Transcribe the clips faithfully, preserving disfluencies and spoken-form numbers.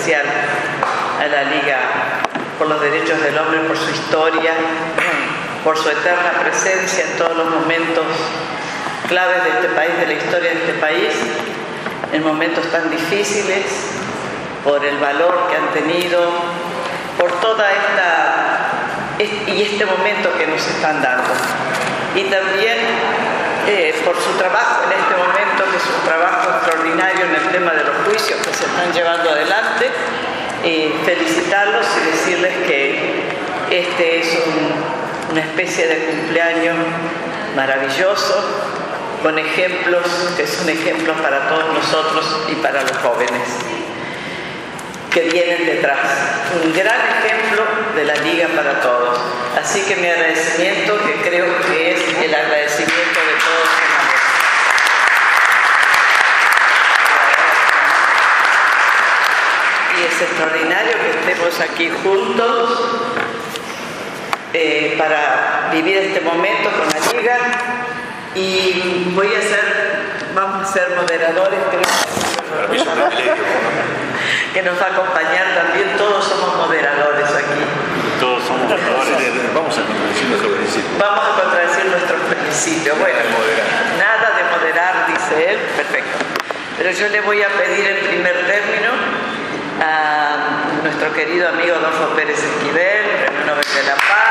especial a la Liga por los Derechos del Hombre, por su historia, por su eterna presencia en todos los momentos claves de este país, de la historia de este país, en momentos tan difíciles, por el valor que han tenido, por toda esta y este momento que nos están dando. Y también eh, por su trabajo en este momento, que es un trabajo extraordinario en el tema de los juicios que se están llevando adelante, y felicitarlos y decirles que este es un, una especie de cumpleaños maravilloso, con ejemplos que son ejemplos para todos nosotros y para los jóvenes que vienen detrás. Un gran ejemplo de la Liga para Todos. Así que mi agradecimiento, que creo que es el agradecimiento de todos. Y es extraordinario que estemos aquí juntos eh, para vivir este momento con la Liga. Y voy a ser, vamos a ser moderadores, creo que nos va a acompañar también. Todos somos moderadores aquí. Todos somos moderadores. Vamos a contradecir nuestro principio. Vamos a contradecir nuestros principios. Bueno, nada de moderar, dice él. Perfecto. Pero yo le voy a pedir en primer término a nuestro querido amigo Adolfo Pérez Esquivel, Premio Nobel de la Paz,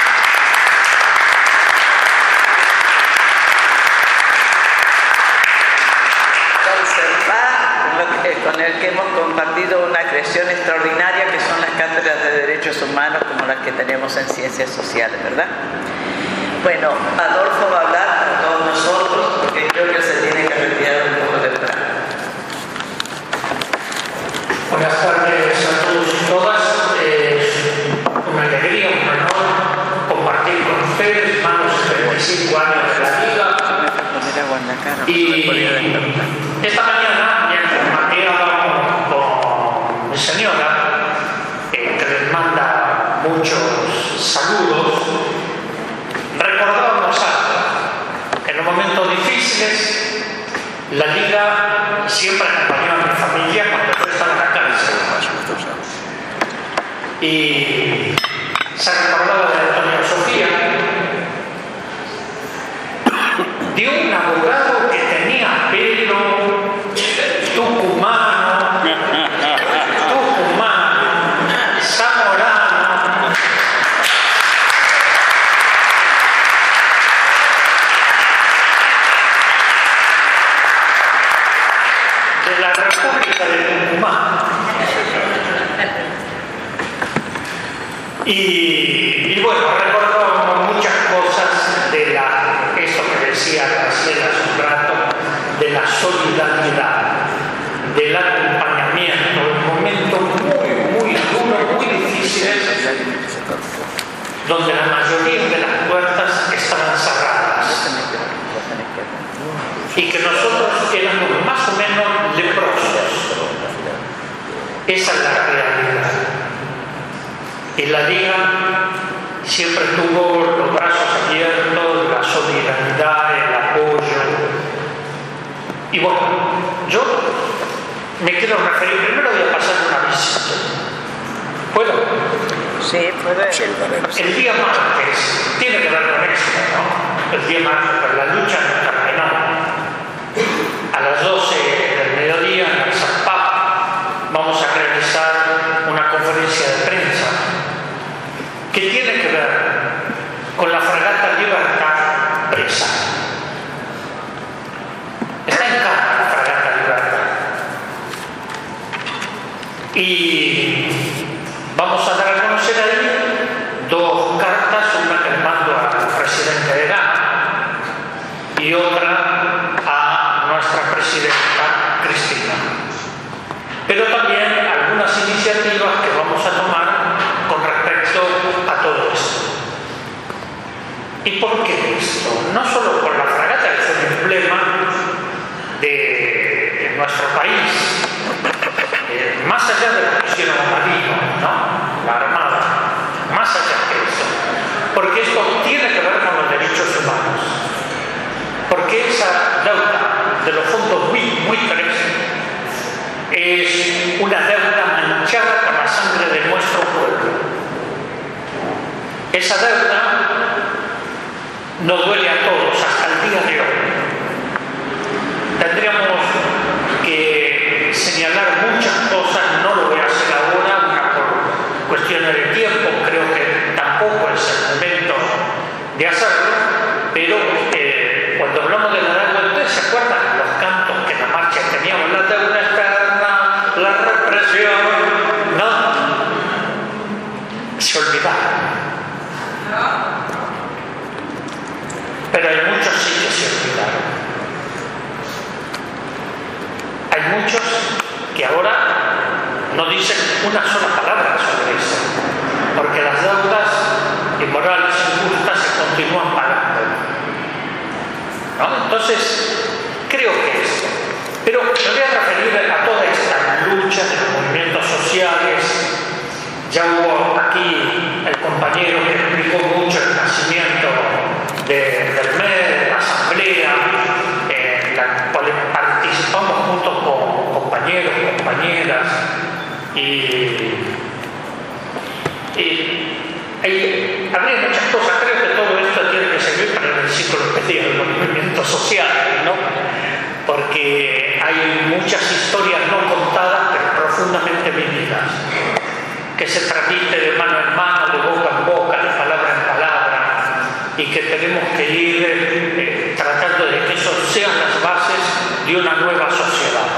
con el que hemos compartido una creación extraordinaria, que son las cátedras de derechos humanos como las que tenemos en ciencias sociales, ¿verdad? Bueno, Adolfo va a hablar con todos nosotros, porque creo que se tiene que retirar un poco temprano. Buenas tardes a todos y todas. Es una alegría, un honor compartir con ustedes más de setenta y cinco años de la Liga. Y esta mañana, mientras maqueaba con mi señora, eh, que les manda muchos saludos, recordábamos algo. En los momentos difíciles, la Liga siempre acompañó a mi familia cuando yo estaba en la cárcel. Y se recordaba de Antonio Sofía, de un abogado que tenía pelo tucumano, tucumano, zamorano, de la República de Tucumán. Y, y bueno, recordábamos muchas cosas de la, esto que decía Graciela hace un rato, de la solidaridad, del acompañamiento, en momentos muy, muy duros, muy difíciles, donde la mayoría de las puertas estaban cerradas y que nosotros éramos más o menos leprosos. Esa es la realidad. Y la Liga siempre tuvo los brazos abiertos, la solidaridad, el apoyo. Y bueno, yo me quiero referir, primero voy a pasar una visita. ¿Puedo? Sí, puede. El día martes, tiene que ver con esto, ¿no? El día martes, pero la lucha no terminó. A las doce del mediodía en el Zapap vamos a realizar una conferencia de prensa que tiene que ver con la fragata Libertad presa. Está en casa la fragata Libertad. Y vamos a dar a conocer ahí dos cartas, una que le mando al presidente de Ghana y otra a nuestra presidenta Cristina. Pero también algunas iniciativas que vamos a tomar con respecto a todo esto. ¿Y por qué esto? No solo por la fragata, que es un emblema de, de nuestro país, eh, más allá de lo que hicieron los marinos, ¿no? La Armada, más allá de eso, porque esto tiene que ver con los derechos humanos, porque esa deuda de los fondos buitres es una deuda manchada esa deuda nos duele a todos hasta el día de hoy. Tendríamos que señalar muchas cosas, no lo voy a hacer ahora, una por cuestiones de tiempo, creo que tampoco es el momento de hacerlo, pero eh, cuando hablamos de la deuda, ¿ustedes se acuerdan de los cantos que en la marcha teníamos? La deuda externa, la represión, ¿no? Se olvidaron. Pero hay muchos sí que se olvidaron. Hay muchos que ahora no dicen una sola palabra sobre eso, porque las deudas inmorales y injustas se continúan pagando, ¿no? Entonces, creo que esto. Pero me voy a referir a toda esta lucha de los movimientos sociales. Ya hubo aquí el compañero que explicó mucho el nacimiento de, del M E D, de la asamblea, en la cual participamos junto con compañeros, compañeras, y, y, y habría muchas cosas. Creo que todo esto tiene que servir para el enciclopedia de los movimientos sociales, ¿no? Porque hay muchas historias no contadas, pero profundamente vividas, que se transmite de mano en mano, de boca en boca, de palabra en palabra, y que tenemos que ir eh, tratando de que eso sean las bases de una nueva sociedad.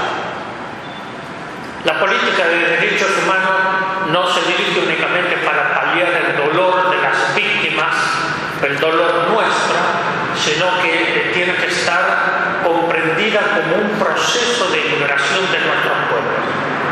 La política de derechos humanos no se dirige únicamente para paliar el dolor de las víctimas, el dolor nuestro, sino que tiene que estar comprendida como un proceso de liberación de nuestros pueblos.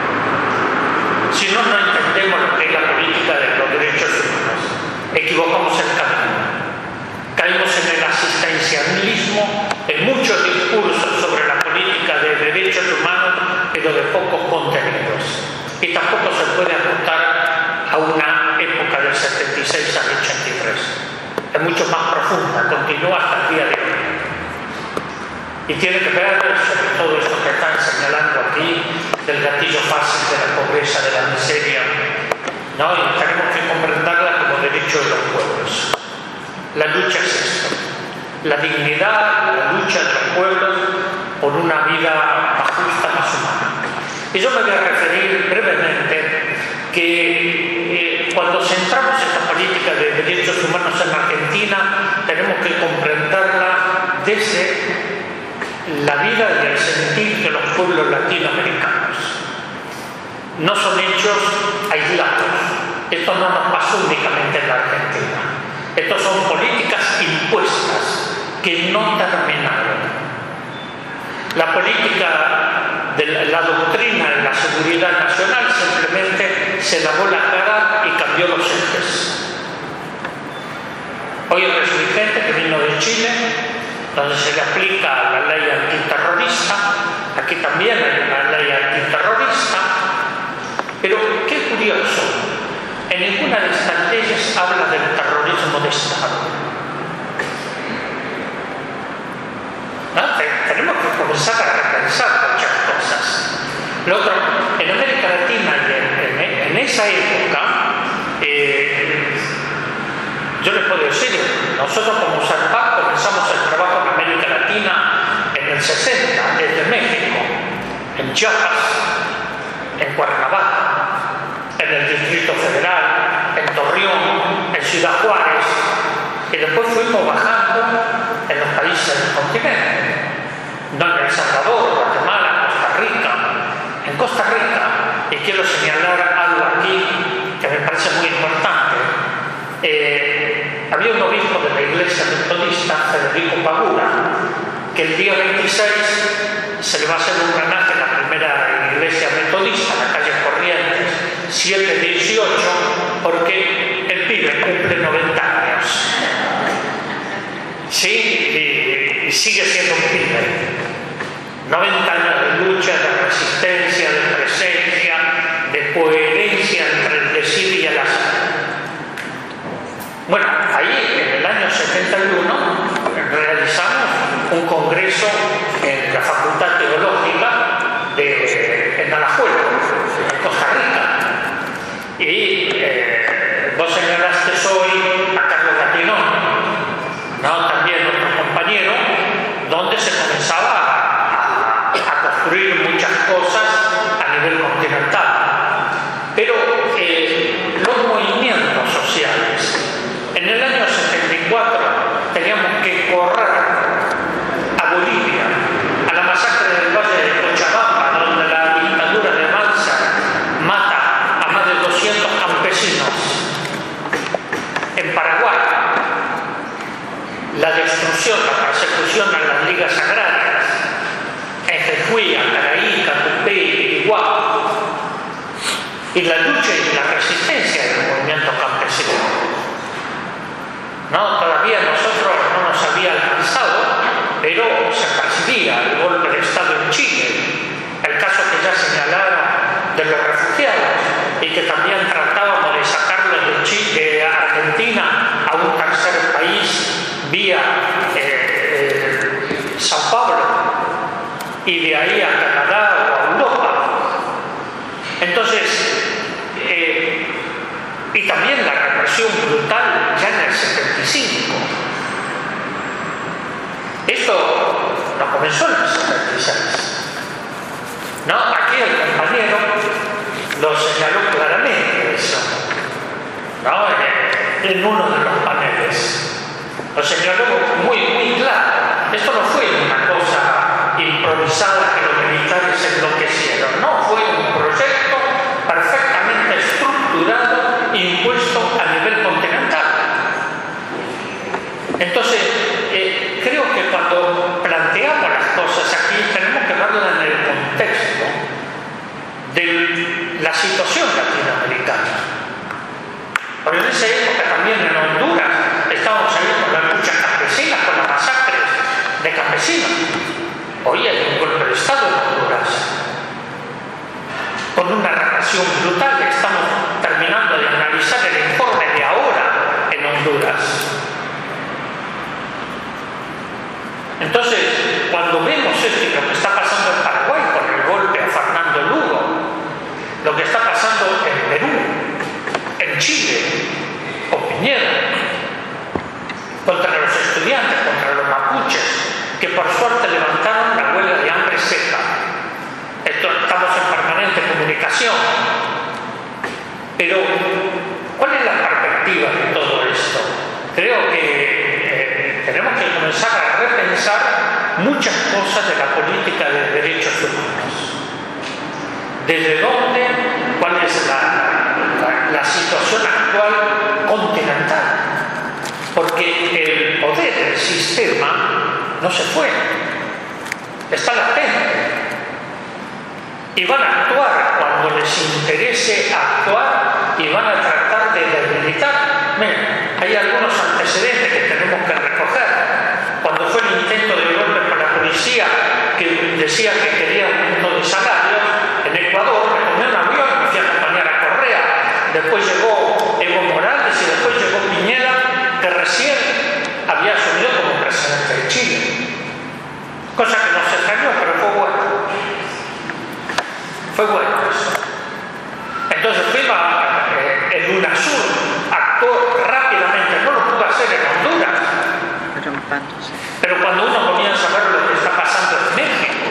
Si no, no entendemos lo que es la política de los derechos humanos. Equivocamos el camino. Caímos en el asistencialismo, en muchos discursos sobre la política de derechos humanos, pero de pocos contenidos. Y tampoco se puede apuntar a una época del setenta y seis al ochenta y tres. Es mucho más profunda, continúa hasta el día de hoy. Y tiene que ver sobre todo esto que están señalando aquí, del gatillo fácil de la pobreza, de la miseria, ¿no? Y tenemos que comprenderla como derecho de los pueblos. La lucha es esto, la dignidad, la lucha de los pueblos por una vida más justa, más humana. Y yo me voy a referir brevemente que eh, cuando centramos esta política de derechos humanos en Argentina, tenemos que comprenderla desde la vida y el sentir de los pueblos latinoamericanos. No son hechos aislados. Esto no nos pasó únicamente en la Argentina. Estas son políticas impuestas que no terminaron. La política de la, la doctrina de la seguridad nacional simplemente se lavó la cara y cambió los ejes. Hoy el presidente que vino de Chile, donde se le aplica la ley antiterrorista, aquí también hay una ley antiterrorista, pero qué curioso, en ninguna de estas leyes habla del terrorismo de Estado. ¿No? Tenemos que comenzar a repensar muchas cosas. Lo otro, en América Latina y en, en, en esa época, eh, yo les puedo decir, nosotros como SARPAC comenzamos el trabajo en América Latina en el sesenta, desde México, en Chiapas, en Cuernavaca, en el Distrito Federal, en Torreón, en Ciudad Juárez, y después fuimos bajando en los países del continente, no en El Salvador, Guatemala, Costa Rica. En Costa Rica, y quiero señalar algo aquí que me parece muy importante, eh, había un obispo de la iglesia metodista, Federico Pagura, que el día veintiséis se le va a hacer un homenaje a la primera iglesia metodista, en la calle Corrientes, siete dieciocho, porque el pibe cumple noventa años. Sí, y, y sigue siendo un pibe. noventa años de lucha, de resistencia, de presencia, de coherencia entre el decir y el hacer. Bueno, ahí en el año setenta y uno realizamos un congreso en la Facultad Teológica de en Alajuela, en Costa Rica. Y eh, vos señalaste hoy la destrucción, la persecución a las ligas agrarias en Jujuy, Acaraí, Catupe, Iguá, y la lucha y la resistencia del movimiento campesino. No, todavía nosotros no nos había alcanzado, pero se percibía el golpe de Estado en Chile, el caso que ya señalaron de los refugiados, y que también tratábamos de sacarlos de Chile, de Argentina, a un tercer país vía eh, eh, Sao Paulo, y de ahí a Canadá o a Europa. Entonces, eh, y también la represión brutal ya en el setenta y cinco. Esto no comenzó en el setenta y seis. No, aquí el compañero lo señaló claramente eso, ¿no? En uno de los paneles. Lo señaló muy, muy claro. Esto no fue una cosa improvisada que los militares enloquecieron, no, fue un proyecto perfectamente estructurado, impuesto a nivel continental. Entonces, eh, creo que cuando planteamos las cosas aquí tenemos que verlo en el contexto de la situación latinoamericana. Porque en esa época también en Honduras estábamos ahí con las luchas campesinas, con las masacres de campesinos. Hoy hay un golpe de Estado en Honduras, con una represión brutal. Estamos terminando de analizar el informe de ahora en Honduras. Entonces, cuando vemos esto y lo que está pasando en Paraguay con el golpe a Fernando Lugo, lo que está pasando en Perú, en Chile, con Piñera, contra los estudiantes, contra los mapuches, que por suerte levantaron la huelga de hambre seca. Esto, estamos en permanente comunicación. Pero, ¿cuál es la perspectiva de todo esto? Creo que eh, tenemos que comenzar a repensar muchas cosas de la política de derechos humanos. ¿Desde dónde? ¿Cuál es la, la, la situación actual continental? Porque el poder del sistema no se fue, está latente. Y van a actuar cuando les interese actuar y van a tratar de debilitar. Miren, hay algunos antecedentes que tenemos que recoger. Cuando fue el intento de golpe por la policía que decía que quería aumento de salario, en Ecuador me tomé un avión y me fui a acompañar a Correa. Después llegó Evo Morales y después llegó Piñera, que recién había asumido como presidente de Chile. Cosa que no se extrañó, pero fue bueno. Fue bueno eso. Entonces FEMA, eh, el UNASUR actuó rápidamente, no lo pudo hacer en Honduras. Pero cuando uno comienza a ver lo que está pasando en México,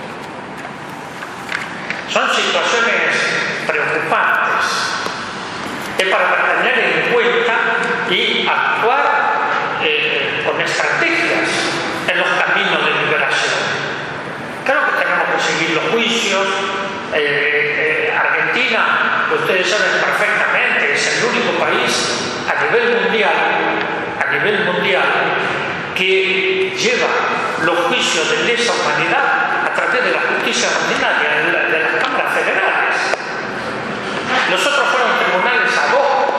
son situaciones preocupantes. Es para tener en cuenta y actuar eh, con estrategias en los caminos de liberación. Claro que tenemos que seguir los juicios. Eh, eh, Argentina, ustedes saben perfectamente, es el único país a nivel mundial, a nivel mundial, que lleva los juicios de lesa humanidad a través de la justicia ordinaria de, la, de las cámaras federales. Los otros fueron tribunales ad hoc,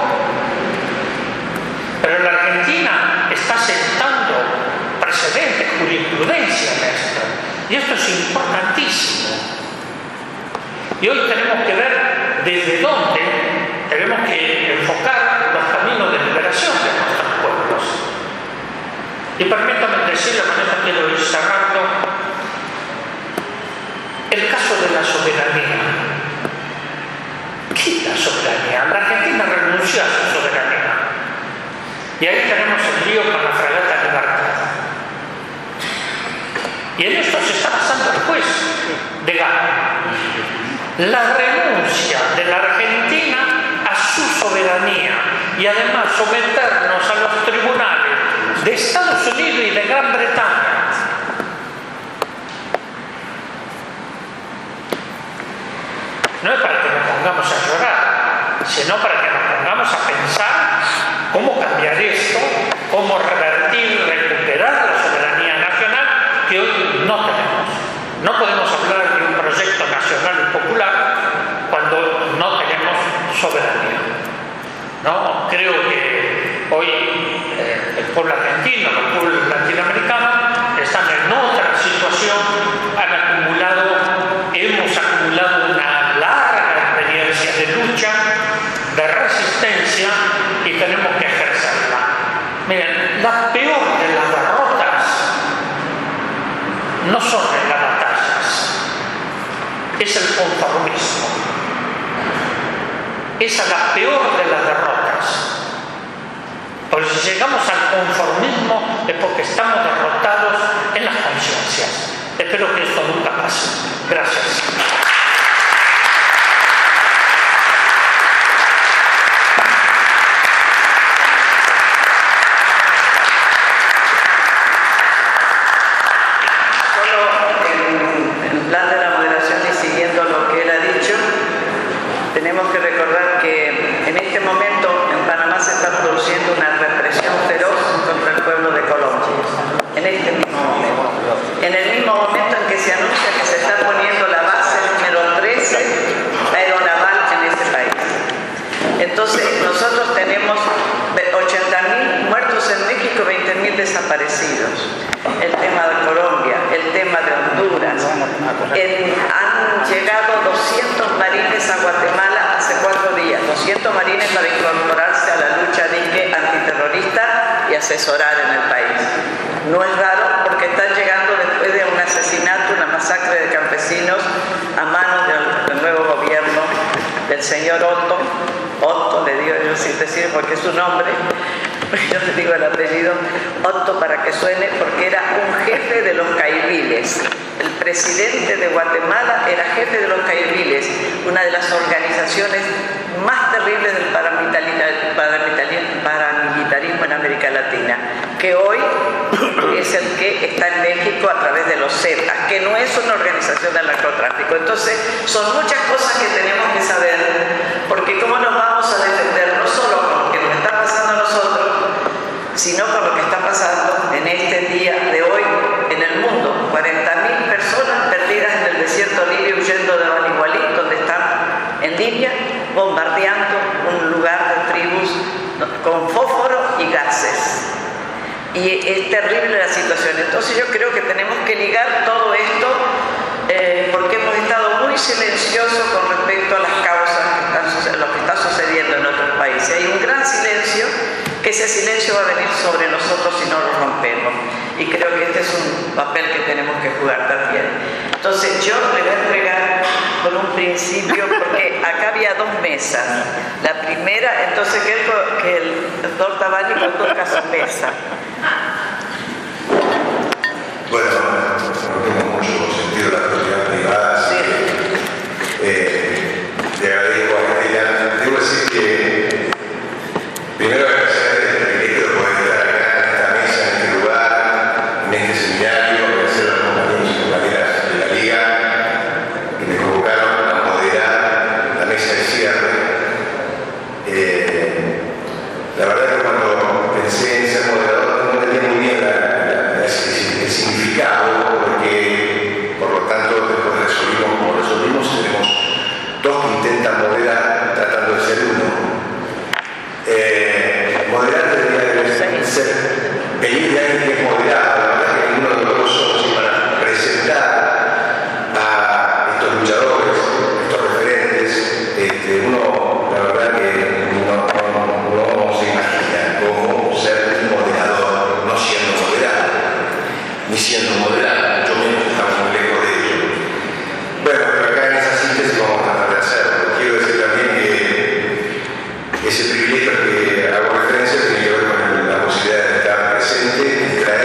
pero la Argentina está sentando precedentes, jurisprudencia en esto, y esto es importantísimo. Y hoy tenemos que ver desde dónde tenemos que enfocar los caminos de liberación de nuestros pueblos. Y permítanme decirle, con esto quiero ir cerrando, el caso de la soberanía. ¿Qué es la soberanía? La Argentina renunció a su soberanía. Y ahí tenemos el lío con la fragata Libertad. Y en esto se está basando el juez de Gana. La renuncia de la Argentina a su soberanía y además someternos a los tribunales de Estados Unidos y de Gran Bretaña. No es para que nos pongamos a llorar, sino para que nos pongamos a pensar cómo cambiar esto, cómo revertir, recuperar no tenemos. No podemos hablar de un proyecto nacional y popular cuando no tenemos soberanía, ¿no? Creo que hoy eh, el pueblo argentino, el pueblo latinoamericano están en otra situación, han acumulado, hemos acumulado una larga experiencia de lucha, de resistencia y tenemos que ejercerla. Miren, la peor de las derrotas no son en las batallas, es el conformismo. Esa es la peor de las derrotas. Porque si llegamos al conformismo es porque estamos derrotados en las conciencias. Espero que esto nunca pase. Gracias. Tenemos que recordar que en este momento en Panamá se está produciendo una represión feroz contra el pueblo de Colombia. En este mismo momento. En el mismo momento en que se anuncia que se está poniendo la base número trece aeronaval en este país. Entonces nosotros tenemos ochenta mil muertos en México, veinte mil desaparecidos. El tema de Colombia, el tema de Honduras. En, han llegado doscientos marines a Guatemala hace cuatro días, doscientos marines para incorporarse a la lucha dique antiterrorista y asesorar en el país. No es raro porque están llegando después de un asesinato, una masacre de campesinos a manos del, del nuevo gobierno del señor Otto. Otto, le digo yo sin decir porque es su nombre, yo le digo el apellido Otto para que suene, porque era un jefe de los caiviles. El presidente de Guatemala era jefe de los caiviles, una de las organizaciones más terribles del paramilitarismo, paramilitarismo en América Latina, que hoy es el que está en México a través de los Zetas, que no es una organización del narcotráfico. Entonces, son muchas cosas que tenemos que saber, porque cómo nos vamos a defender no solo con lo que nos está pasando a nosotros, sino con lo que está pasando en este día de hoy en el mundo. cuarenta mil personas perdidas en el desierto libio huyendo de Bani Walid, donde están en Libia bombardeando un lugar de tribus con fósforo y gases. Y es terrible la situación. Entonces yo creo que tenemos que ligar todo esto eh, porque hemos estado muy silenciosos con respecto a las causas que están, lo que está sucediendo en otros países. Hay un gran silencio, que ese silencio va a venir sobre nosotros si no lo rompemos. Y creo que este es un papel que tenemos que jugar también. Entonces yo le voy a entregar por un principio, porque acá había dos mesas. La primera, entonces que el, que el doctor Tabani conduzca su mesa. Bueno, no tengo mucho sentido la propiedad privada, sí. eh, le agradezco a Cristina. Debo decir que primero agradecer el privilegio de poder estar acá en esta mesa, en este lugar, en este seminario, agradecer a los compañeros y compañeras de la Liga que me convocaron a moderar la mesa de cierre. Eh, la verdad que cuando pensé en ser moderador no tenía muy bien la, la, la, el significado, porque por lo tanto después resolvimos como resolvimos, tenemos dos que intentan moderar tratando de ser uno. Eh, moderar debería ser venir de alguien que es moderado. La verdad que ninguno de los dos somos, y para presentar a estos luchadores, estos referentes, este, uno la verdad que no, no, no se imagina cómo ser un moderador no siendo moderado, ni siendo moderado, mucho menos estamos muy lejos de ello. Bueno, pero acá en esa síntesis vamos a tratar de hacerlo. Quiero decir también que ese privilegio al que hago referencia tiene que ver con la posibilidad de estar presente y traer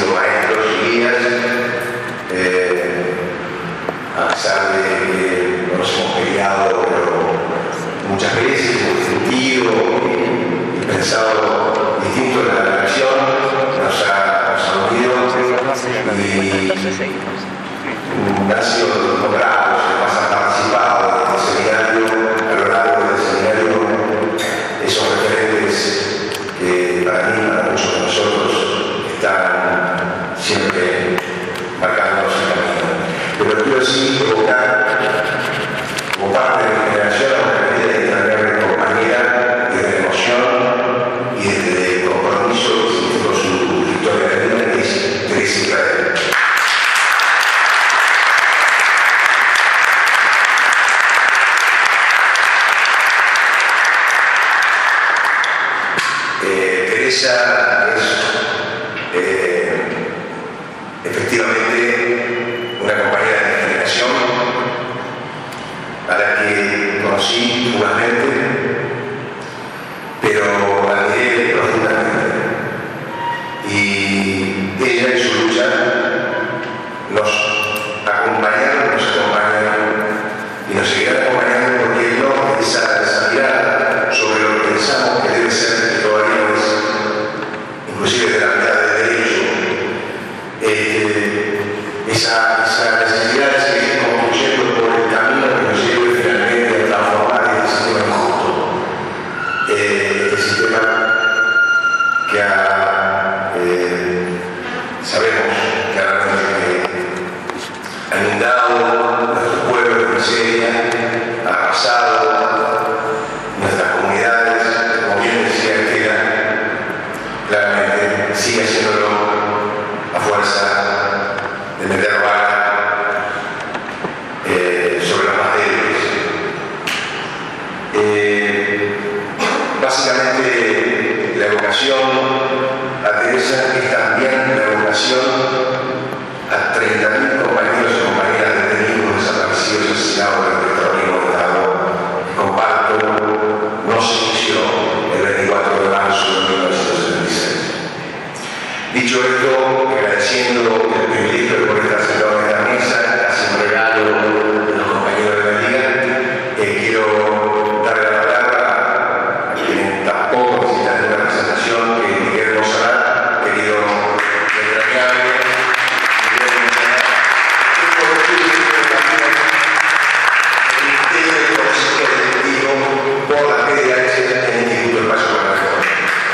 sido maestros y guías, eh, a pesar de que no nos hemos peleado, pero muchas veces hemos discutido y pensado distinto en la relación, nos ha, nos ha unido y han sido nombrados, además han participado en este seminario, a lo largo del seminario, esos referentes que para mí, para muchos de nosotros, están siempre marcándonos el camino. Pero quiero sí provocar, como parte de mi generación, a una medida de extraordinaria compañera, y de emoción y de compromiso que significó su historia de vida, que es Teresa Israel. Eh, Teresa es eh, efectivamente una compañera de mi generación a la que conocí fugazmente, pero admiré profundamente. Y ella en su lucha nos acompañaron, nos acompañaron y nos seguirán acompañando, porque no esa, esa mirada sobre lo que pensamos que debe ser, que todavía no es, inclusive de la mitad del derecho, eh, esa, esa necesidad de seguir construyendo por el camino que nos lleve finalmente a transformar este sistema injusto, eh, este sistema que ha, eh, sabemos claramente que ha inundado nuestros pueblos de miseria, ha arrasado nuestras comunidades, como bien decía Estela, claramente sigue haciéndolo a fuerza de meter vara eh, sobre los más débiles. Eh, básicamente la evocación a Teresa es también la evocación a treinta mil compañeros y compañeras detenidos, desaparecidos, asesinados durante el terrorismo de Estado. Comparto, no se inició el veinticuatro de marzo de mil novecientos setenta y seis. Dicho esto, agradeciendo el privilegio de poder estar sentado en esta mesa, casi un regalo de los compañeros de la Liga, eh, quiero darle la palabra a quien tampoco necesita una presentación, que es Miguel Monserrat, querido entrañable, Miguel Monserrat, que por el Ministerio de Consejo Directivo por la P D H en el Instituto Espacio para la Reforma.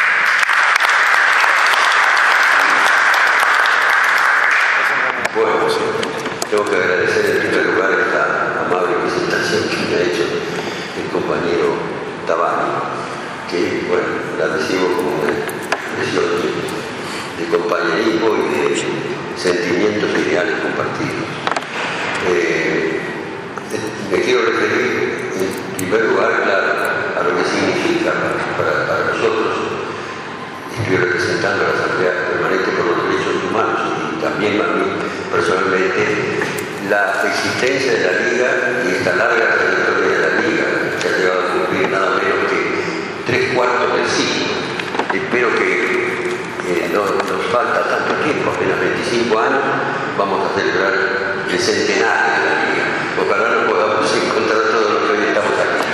Bueno, tengo que agradecer en primer lugar esta amable presentación que me ha hecho el compañero Tabani, que, bueno, la recibo como una expresión de, de compañerismo y de sentimientos ideales compartidos. Eh, me quiero referir en primer lugar, claro, a lo que significa para, para nosotros. Estoy representando a la Asamblea Permanente por los Derechos Humanos y también a mí personalmente la existencia de la Liga y esta larga trayectoria de la Liga, que ha llegado a cumplir nada menos que tres cuartos del siglo. Espero que eh, no nos falta tanto tiempo, apenas veinticinco años, vamos a celebrar el centenario de la Liga. Ojalá no podamos encontrar todos los que hoy estamos aquí.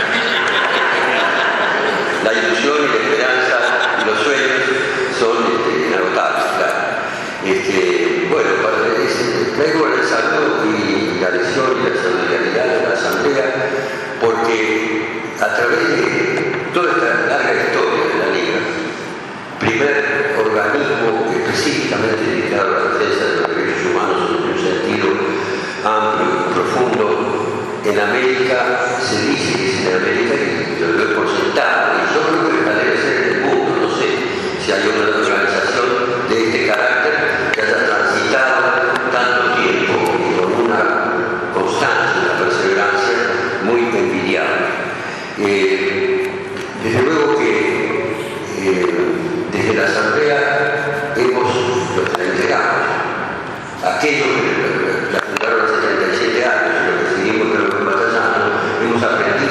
La ilusión y la esperanza y los sueños son este, inagotables, claro. Este, bueno, para este, traigo el saludo y la adhesión y la solidaridad de la Asamblea, porque a través de toda esta larga historia de la Liga, primer organismo específicamente dedicado a la defensa de los derechos humanos en un sentido amplio y profundo, en América se dice que es en América, y lo doy por sentado, y yo creo que debe ser en el mundo, no sé si hay una organización de este carácter que haya transitado tanto tiempo y con una constancia, una perseverancia muy envidiable. Eh, desde luego que eh, desde la Asamblea hemos, los que la entregamos, aquellos que la fundaron hace treinta y siete años y los que seguimos creo que batallando, hemos aprendido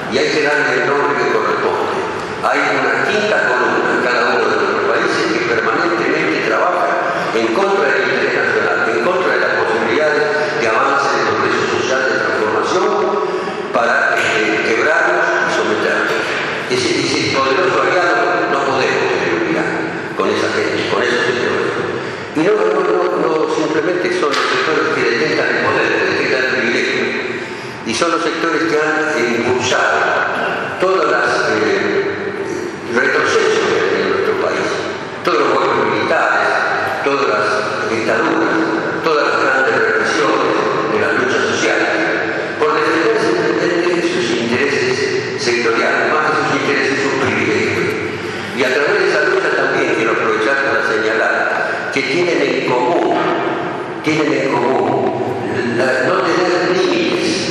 y hay que darle el nombre que corresponde. Hay una quinta columna en cada uno de nuestros países que permanentemente trabaja en contra del interés nacional, en contra de las posibilidades de avance, de progreso social, de transformación, para eh, quebrarnos y someternos. Ese, ese poderoso aliado no podemos eliminar con esa gente, con esos sectores. Y no, no, no, no simplemente son los sectores que detentan el poder, que detentan el privilegio, y son los sectores que han eh, impulsado todas las eh, retrocesos que hay en nuestro país, todos los golpes militares, todas las dictaduras, todas las grandes represiones de las luchas sociales, por defender simplemente sus intereses sectoriales, más que sus intereses, sus privilegios. Y a través de esa lucha también quiero aprovechar para señalar que tienen en común, tienen en común la, no tener límites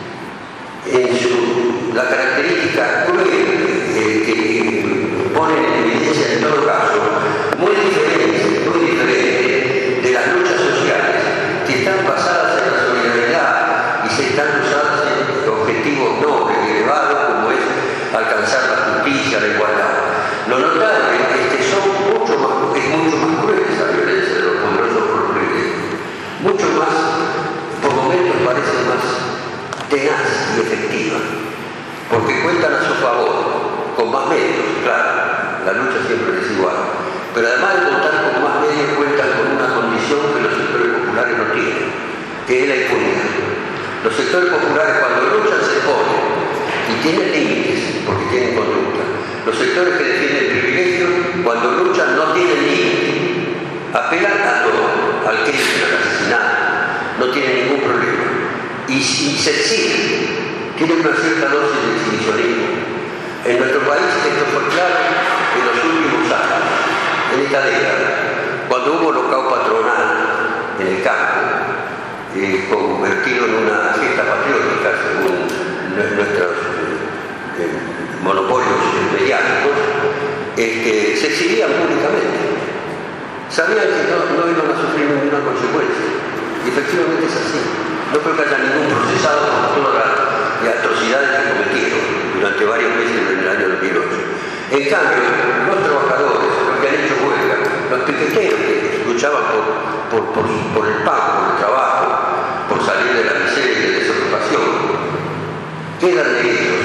en su, la característica cruel eh, que ponen en evidencia en todo caso, muy diferente, muy diferente de las luchas sociales que están basadas en la solidaridad y se están usadas en objetivos nobles y elevados como es alcanzar la justicia, la igualdad. Lo notable es que son mucho más, es mucho más cruel esa violencia de los poderosos por privilegios, mucho más, por momentos parece más tenaz y efectiva, porque cuentan a su favor, con más medios, claro, la lucha siempre es igual, pero además de contar con más medios cuentan con una condición que los sectores populares no tienen, que es la impunidad. Los sectores populares cuando luchan se ponen y tienen límites, porque tienen conducta. Los sectores que defienden el privilegio, cuando luchan no tienen límite, apelan a todo, al crimen, al asesinato, no tienen ningún problema. Y si se exhiben, tienen una cierta dosis de exhibicionismo. En nuestro país esto fue claro en los últimos años, en esta década, cuando hubo locao patronal en el campo, eh, convertido en una fiesta patriótica según nuestros eh, monopolios mediáticos, este, se exhibían públicamente. Sabían que no, no iban a sufrir ninguna consecuencia. Y efectivamente es así. No creo que haya ningún procesado por todas las atrocidades que cometieron durante varios meses en el año dos mil ocho. En cambio, los trabajadores, los que han hecho huelga, los piqueteros que luchaban por, por, por, por el pan, por el trabajo, por salir de la miseria y de la desocupación, quedan de ellos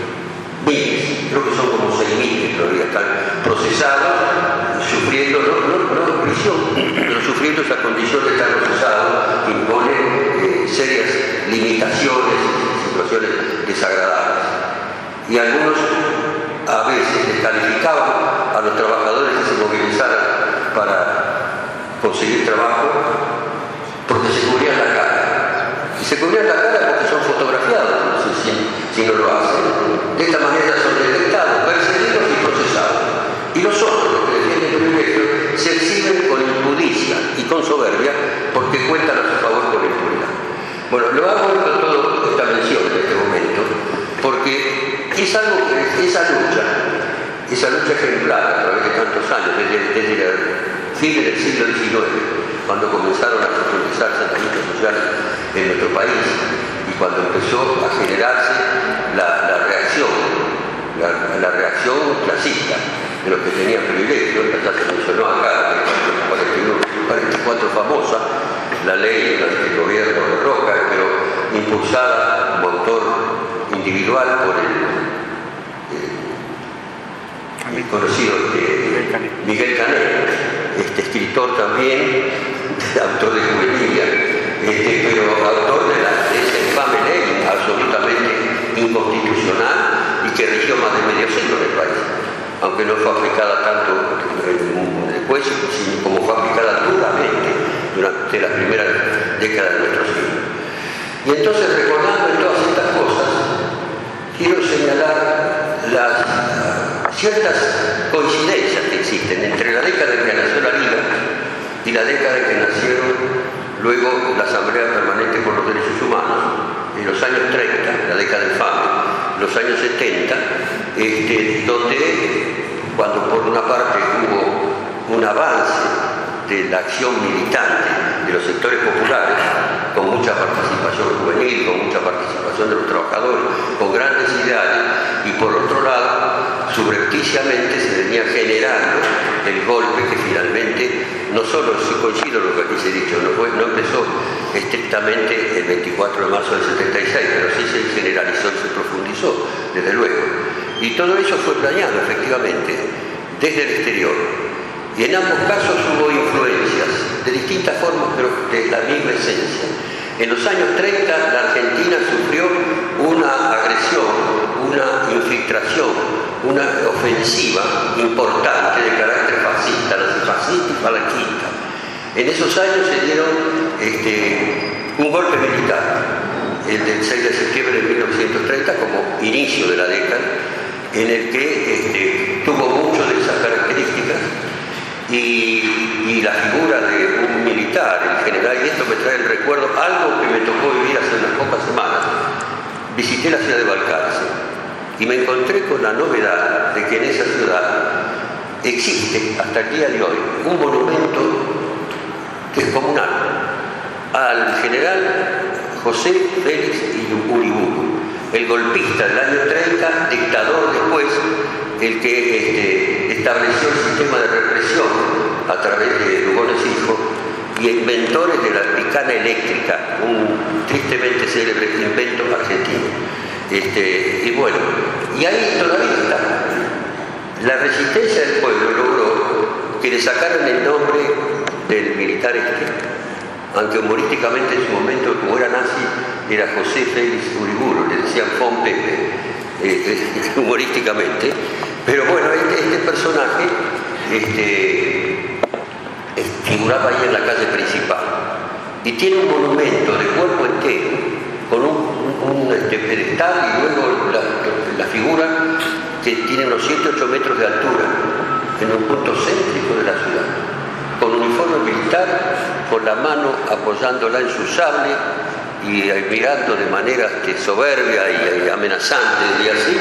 miles, creo que son como seis mil que todavía están procesados, sufriendo, no, no, no prisión, pero sufriendo esa condición de estar procesados que impone eh, serias limitaciones y situaciones desagradables. Y algunos a veces descalificaban a los trabajadores que se movilizaran para conseguir trabajo porque se cubrían la cara. Y se cubrían la cara porque son fotografiados, no sé si, si no lo hacen. De esta manera son detectados, perseguidos y procesados. Y los otros, los que defienden el privilegio, se exhiben con impudicia y con soberbia porque cuentan a su favor con impunidad. Bueno, lo hago con toda esta mención en este momento porque es algo que esa lucha, esa lucha ejemplar a través de tantos años, desde, desde el fin del siglo diecinueve, cuando comenzaron a profundizarse las luchas sociales en nuestro país y cuando empezó a generarse la, la reacción, la, la reacción clasista de los que tenían privilegios, ya se mencionó acá, en cuarenta y uno, cuarenta y cuatro famosa, la ley del gobierno de Roca, pero impulsada como autor individual por el, eh, el conocido este, Miguel Canet, este escritor también, autor de Juvenil, este, pero autor de, la, de esa infame ley absolutamente inconstitucional y que rigió más de medio siglo en el país, aunque no fue aplicada tanto después, sino como fue aplicada duramente durante la primera década de nuestro siglo. Y entonces, recordando todas estas cosas, quiero señalar las ciertas coincidencias que existen entre la década en que nació la Liga y la década en que nacieron luego la Asamblea Permanente por los Derechos Humanos, en los años treinta, la década infame, los años setenta, este, donde, cuando por una parte hubo un avance de la acción militante de los sectores populares, con mucha participación juvenil, con mucha participación Organización de los Trabajadores, con grandes ideales, y por otro lado, subrepticiamente se venía generando el golpe que finalmente, no solo, si coincido lo que aquí se ha dicho, no, fue, no empezó estrictamente el veinticuatro de marzo del setenta y seis, pero sí se generalizó y se profundizó, desde luego. Y todo eso fue planeado, efectivamente, desde el exterior. Y en ambos casos hubo influencias, de distintas formas, pero de la misma esencia. En los años treinta, la Argentina sufrió una agresión, una infiltración, una ofensiva importante de carácter fascista, nazifascista y falanquista. En esos años se dieron este, un golpe militar, el del seis de septiembre de mil novecientos treinta, como inicio de la década, en el que este, tuvo mucho de esas características. Y, y la figura de un militar, el general, y esto me trae el recuerdo, algo que me tocó vivir hace unas pocas semanas. Visité la ciudad de Balcarce y me encontré con la novedad de que en esa ciudad existe, hasta el día de hoy, un monumento descomunal al general José Félix Uriburu, el golpista del año treinta, dictador después, el que este, estableció el sistema de represión a través de Lugones Hijo y inventores de la picana eléctrica, un tristemente célebre invento argentino. Este, y bueno, y ahí todavía está. La resistencia del pueblo logró que le sacaran el nombre del militar este, aunque humorísticamente en su momento, como era nazi, era José Félix Uriburu, le decían Fon Pepe, eh, humorísticamente. Pero bueno, este, este personaje este, figuraba ahí en la calle principal y tiene un monumento de cuerpo entero con un, un, un este, pedestal y luego la, la figura que tiene unos siete u ocho metros de altura en un punto céntrico de la ciudad, con uniforme militar, con la mano apoyándola en su sable y eh, mirando de manera este, soberbia y, y amenazante, y así,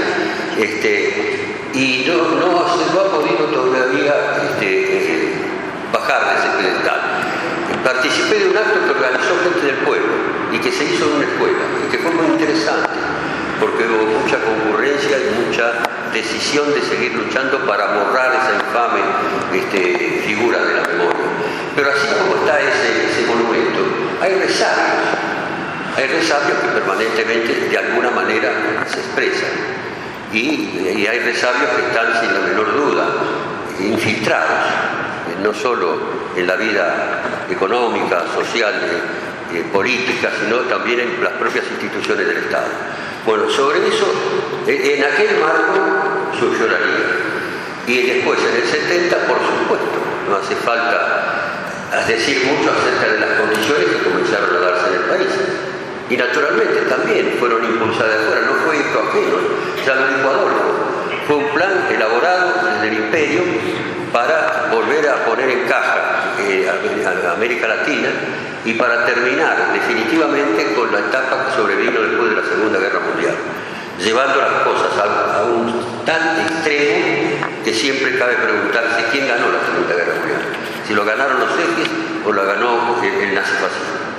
este, y no, no, se no ha podido todavía este, eh, bajar de ese pedestal. Participé de un acto que organizó gente del pueblo y que se hizo en una escuela, y que fue muy interesante, porque hubo mucha concurrencia y mucha decisión de seguir luchando para borrar esa infame este, figura de la memoria. Pero así como está ese, ese monumento, hay resabios, hay resabios que permanentemente de alguna manera se expresan. Y, y hay resabios que están sin la menor duda infiltrados, no solo en la vida económica, social, eh, política, sino también en las propias instituciones del Estado. Bueno, sobre eso, en aquel marco surgió la Liga. Y después, en el setenta, por supuesto, no hace falta decir mucho acerca de las condiciones que comenzaron a darse en el país. Y naturalmente también fueron impulsadas de afuera, no fue esto ajeno, ya lo dijo Adolfo. Fue un plan elaborado desde el Imperio para volver a poner en caja eh, a América Latina y para terminar definitivamente con la etapa que sobrevino después de la Segunda Guerra Mundial, llevando las cosas a, a un tal extremo que siempre cabe preguntarse quién ganó la Segunda Guerra Mundial, si lo ganaron los ejes o lo ganó el, el nazifascismo.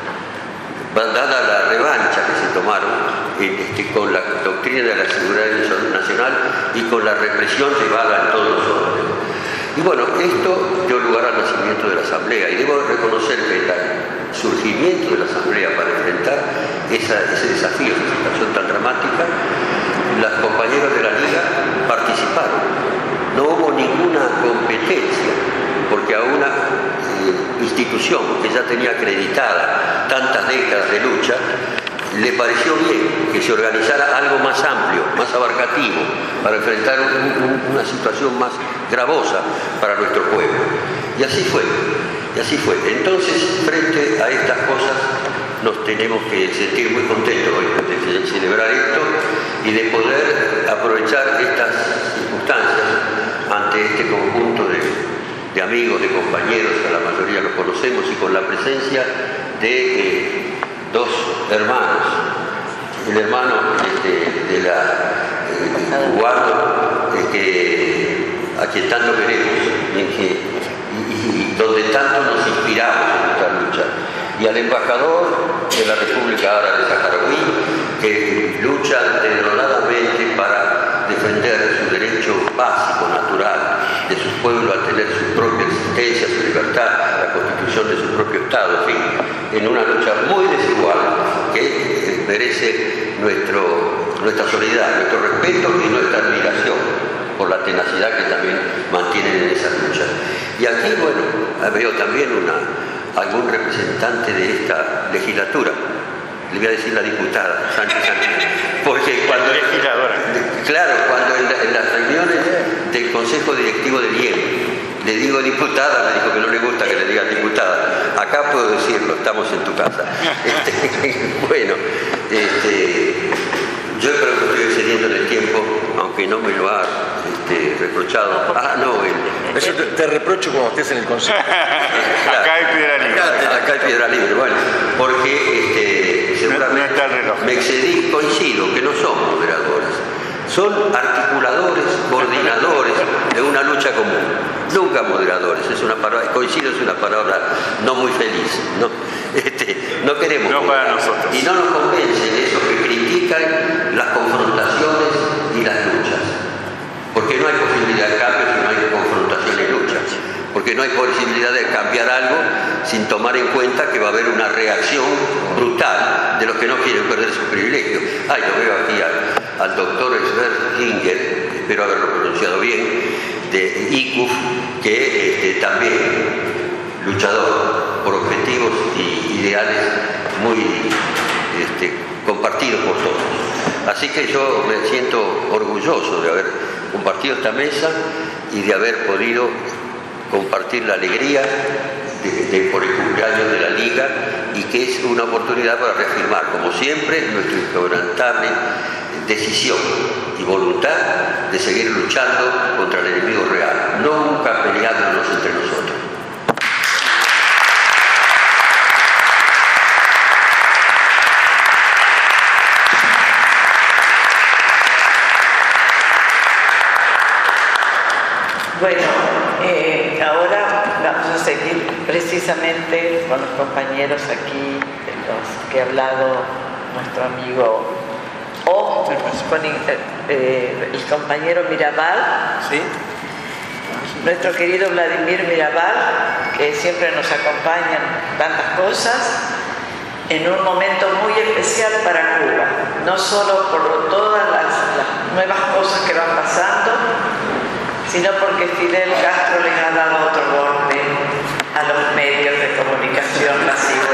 Dada la revancha que se tomaron este, con la doctrina de la seguridad nacional y con la represión llevada en todos los órdenes. Y bueno, esto dio lugar al nacimiento de la Asamblea, y debo reconocer que el surgimiento de la Asamblea para enfrentar esa, ese desafío, esa situación tan dramática, las compañeras de la Liga participaron. No hubo ninguna competencia, porque a una eh, institución que ya tenía acreditada tantas décadas de lucha, le pareció bien que se organizara algo más amplio, más abarcativo, para enfrentar un, un, una situación más gravosa para nuestro pueblo. Y así fue, y así fue. Entonces, frente a estas cosas, nos tenemos que sentir muy contentos hoy de celebrar esto y de poder aprovechar estas circunstancias ante este conjunto de, de amigos, de compañeros, que a la mayoría los conocemos, y con la presencia de eh, dos hermanos, el hermano este, de la eh, cubano, este, a quien tanto queremos y, en que, y, y donde tanto nos inspiramos en nuestra lucha, y al embajador de la República Árabe Saharaui, que luchan denodadamente para defender su derecho básico, natural, de su pueblo a tener su propia existencia, su libertad, la constitución de su propio Estado, en fin, en una lucha muy desigual que merece nuestro, nuestra solidaridad, nuestro respeto y nuestra admiración por la tenacidad que también mantienen en esa lucha. Y aquí, bueno, veo también una, algún representante de esta legislatura, le voy a decir la diputada Sánchez Sánchez, porque cuando, claro, cuando en, la, en las reuniones del Consejo Directivo del I E M le digo diputada, me dijo que no le gusta que le digan diputada. Acá puedo decirlo, estamos en tu casa. Este, bueno, este, yo creo que estoy excediendo en el tiempo, aunque no me lo ha este, reprochado. Ah, no, el, eso te, te reprocho cuando estés en el Consejo. Claro, acá hay piedra libre. Acá, acá hay piedra libre, bueno, porque este, seguramente no, no está el reloj. Me excedí, coincido, que no son moderadores. Son articuladores, coordinadores de una lucha común. Nunca moderadores, es una palabra, coincido, es una palabra no muy feliz, ¿no? Este, no queremos. No para nosotros. Y no nos convencen esos que critican las confrontaciones y las luchas. Porque no hay posibilidad de cambio si no hay confrontación y lucha. Porque no hay posibilidad de cambiar algo sin tomar en cuenta que va a haber una reacción brutal de los que no quieren perder su privilegio. Ay, lo veo aquí al, al doctor Esbert Ginger, espero haberlo pronunciado bien, de I C U F, que este, también luchador por objetivos y ideales muy este, compartidos por todos. Así que yo me siento orgulloso de haber compartido esta mesa y de haber podido compartir la alegría de, de, por el cumpleaños de la Liga, y que es una oportunidad para reafirmar, como siempre, nuestra inquebrantable decisión y voluntad de seguir luchando contra el enemigo real, nunca peleándonos entre nosotros. Bueno, eh, ahora vamos a seguir precisamente con los compañeros aquí, de los que ha hablado nuestro amigo, o con eh, el compañero Mirabal, ¿sí? Nuestro querido Vladimir Mirabal, que siempre nos acompaña en tantas cosas, en un momento muy especial para Cuba, no solo por todas las, las nuevas cosas que van pasando, sino porque Fidel Castro les ha dado otro golpe a los medios de comunicación masivos.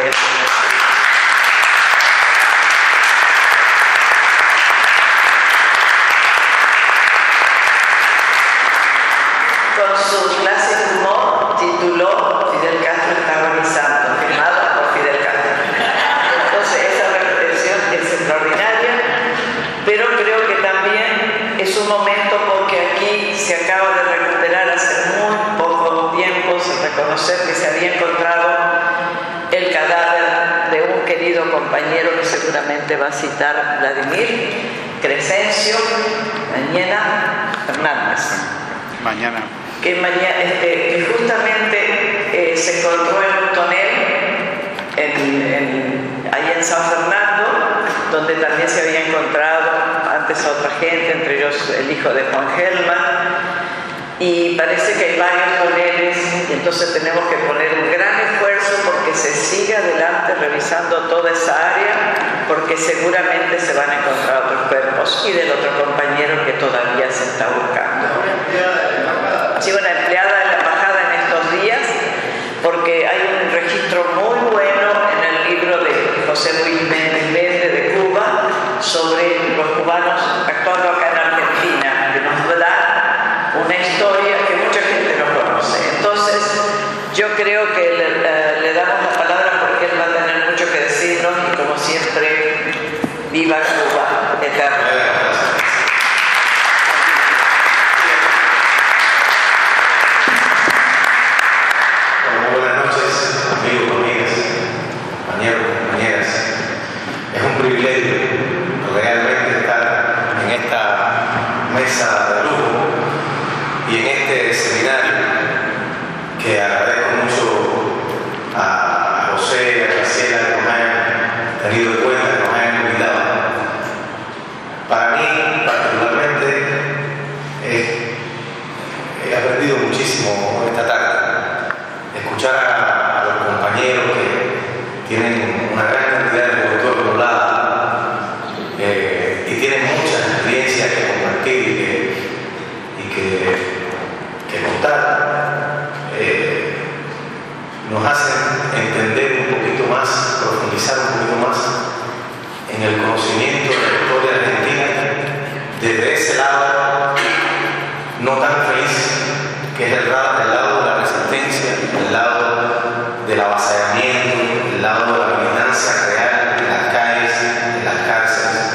Con su clase de humor tituló Fidel Castro está agonizando, firmado por Fidel Castro. Entonces esa reflexión es extraordinaria, pero creo que también es un momento porque aquí se acaba de recuperar hace muy poco tiempo, sin reconocer que se había encontrado el cadáver de un querido compañero que seguramente va a citar Vladimir, Crescencio Mañana Fernández. Mañana. Que, mañana, este, que justamente eh, se encontró en un tonel en, en, ahí en San Fernando, donde también se había encontrado antes a otra gente, entre ellos el hijo de Juan Gelman, y parece que hay varios toneles, y entonces tenemos que poner un gran esfuerzo porque se siga adelante revisando toda esa área, porque seguramente se van a encontrar otros cuerpos, y del otro compañero que todavía se está buscando. Sí, una empleada de la embajada en estos días, porque hay un registro muy bueno en el libro de José Luis Méndez de Cuba sobre los cubanos actuando acá en Argentina, que nos da una historia que mucha gente no conoce. Entonces, yo creo que le, le damos la palabra porque él va a tener mucho que decirnos, y como siempre, viva Cuba, eterna. Es un privilegio realmente estar en esta mesa de lujo y en este seminario, que agradezco mucho a José y a Graciela que nos han tenido en cuenta, que nos han invitado. en el conocimiento de la historia argentina desde ese lado no tan feliz, que es el lado, el lado de la resistencia, el lado del avasallamiento, el lado de la militancia real en las calles, en las cárceles.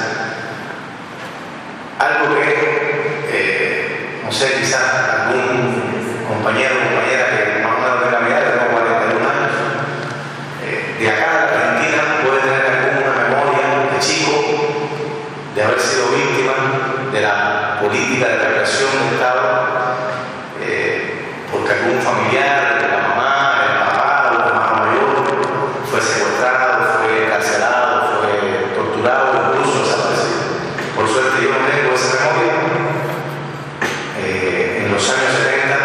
Algo que, eh, no sé, quizás algún compañero o compañera que más o menos de la mirada, tengo cuarenta y un años, eh, de acá de la Argentina puede tener alguna memoria de chico, de haber sido víctima de la política de represión del Estado, eh, porque algún familiar, la mamá, el papá o el hermano mayor fue secuestrado, fue encarcelado, fue torturado, incluso desaparecido. Por suerte yo no tengo esa memoria. Eh, en los años setenta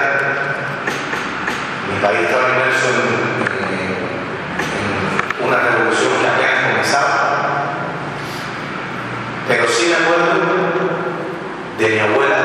mi país estaba inmerso en, en, en una revolución que apenas comenzaba, pero sí me acuerdo de mi abuela,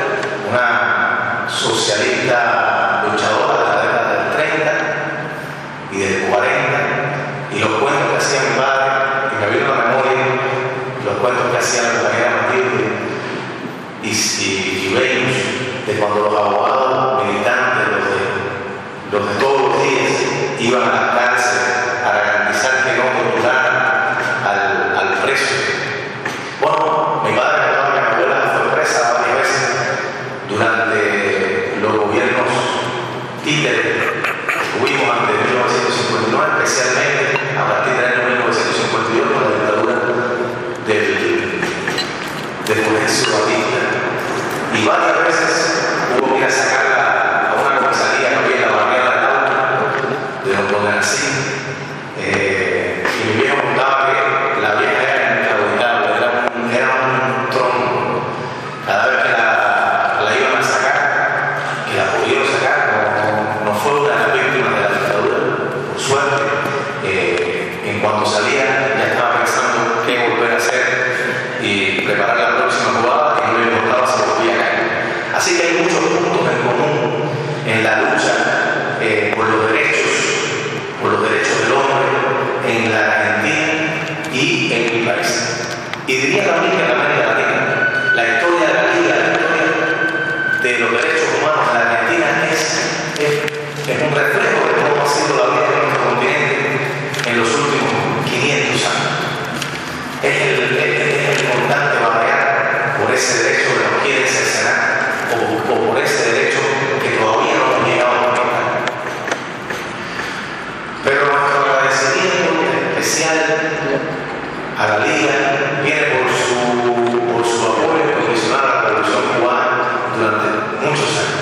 una socialista luchadora de la década del treinta y del cuarenta, y los cuentos que hacía mi padre, y me vino a la memoria los cuentos que hacía la compañera Matilde y, y, y bellos, de cuando los abogados militantes, los de, los de todos los días, iban a las cárceles a garantizar que no torturaran al, al preso. Bueno, mi padre me contaba que mi abuela fue presa varias veces durante los gobiernos títeres que tuvimos antes de mil novecientos cincuenta y nueve, especialmente a partir del año mil novecientos cincuenta y dos con la dictadura del, del Fulgencio Batista. Y varias veces hubo que ir a sacarla a una comisaría que había en la barriada de Lauta, de donde nací. Eh, y mi viejo contaba que la vieja era incautable, era un, era un tronco. Cada vez que la, la iban a sacar, que la pudieron sacar, no, no fue una de las víctimas de la dictadura, por suerte. Eh, en cuanto salía, ya estaba pensando qué volver a hacer y preparar la próxima jugada, y no le importaba si volvía a caer. Así que hay muchos puntos en común en la lucha eh, por los derechos, por los derechos del hombre en la Argentina y en mi país. Y diría también que en América Latina, la historia de la Liga, la historia de los derechos humanos en la Argentina es, es, es un reflejo de cómo ha sido la vida en nuestro continente en los últimos quinientos años. Es el, es, es el constante barrear por ese derecho que nos quieren cercenar, o, o por ese derecho que todavía no hemos llegado a conquistar. Pero nuestro agradecimiento especial a la Liga viene por su, por su apoyo incondicional a la Revolución Cubana durante muchos años.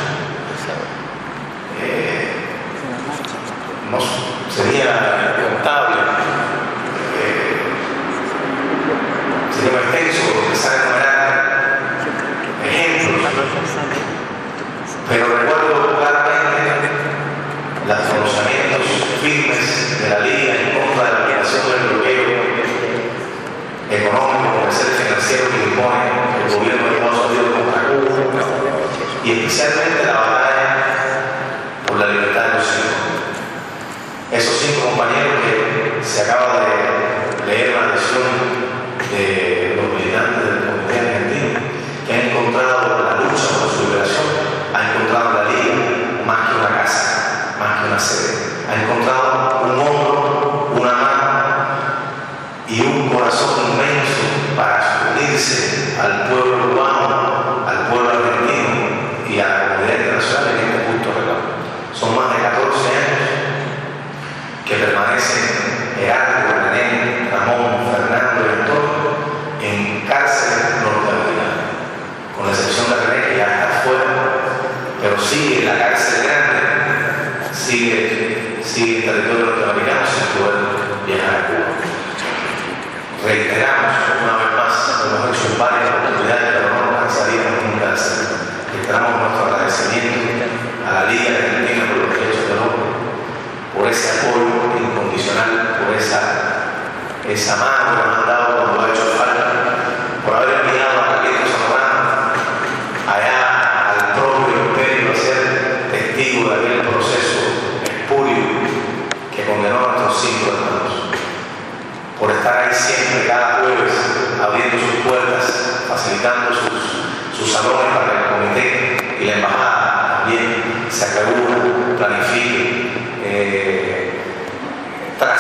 Eh, no sería contable, eh, sería muy extenso empezar a enumerar ejemplos, pero recuerdo claramente los pronunciamientos firmes de la Liga en contra de la aplicación del bloqueo económico, comercial y financiero que impone el gobierno de Estados Unidos contra Cuba, y especialmente la batalla por la libertad de los cinco. Esos cinco compañeros que se acaba de leer la lección de los militantes del Comité Argentino, que han encontrado la lucha por su liberación, han encontrado en la Liga más que una casa, más que una sede, han encontrado un hombro, una mano y un corazón inmenso para unirse al pueblo cubano, al pueblo argentino y a la comunidad internacional en este punto reloj. Son más de catorce años que permanecen Gerardo, René, Ramón, Fernando y Antonio en cárceles norteamericanas, con la excepción de René, que ya está afuera, pero sigue en la cárcel grande, sigue, sigue en territorio norteamericano sin poder viajar a Cuba. Reiteramos una vez más, lo hemos hecho en varias oportunidades, pero no nos cansaríamos nunca de hacerlo. Reiteramos nuestro agradecimiento a la Liga Argentina por los Derechos del Hombre, por ese apoyo incondicional, por esa, esa mano que nos han dado cuando ha hecho falta, por haber enviado a Carlitos Zamorano allá al propio imperio a ser testigo de aquel proceso espurio que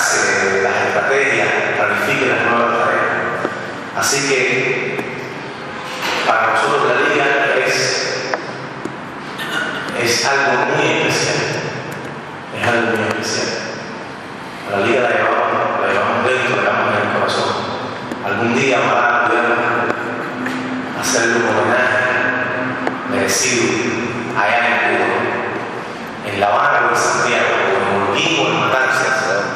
trace las estrategias, planifique las nuevas tareas. Así que para nosotros la Liga es, es algo muy especial. Es algo muy especial. A la Liga la llevamos, la llevamos dentro, la llevamos en el corazón. Algún día ojalá podamos hacerle un homenaje merecido allá en Cuba, en La Habana o en Santiago, en Holguín o en Matanzas,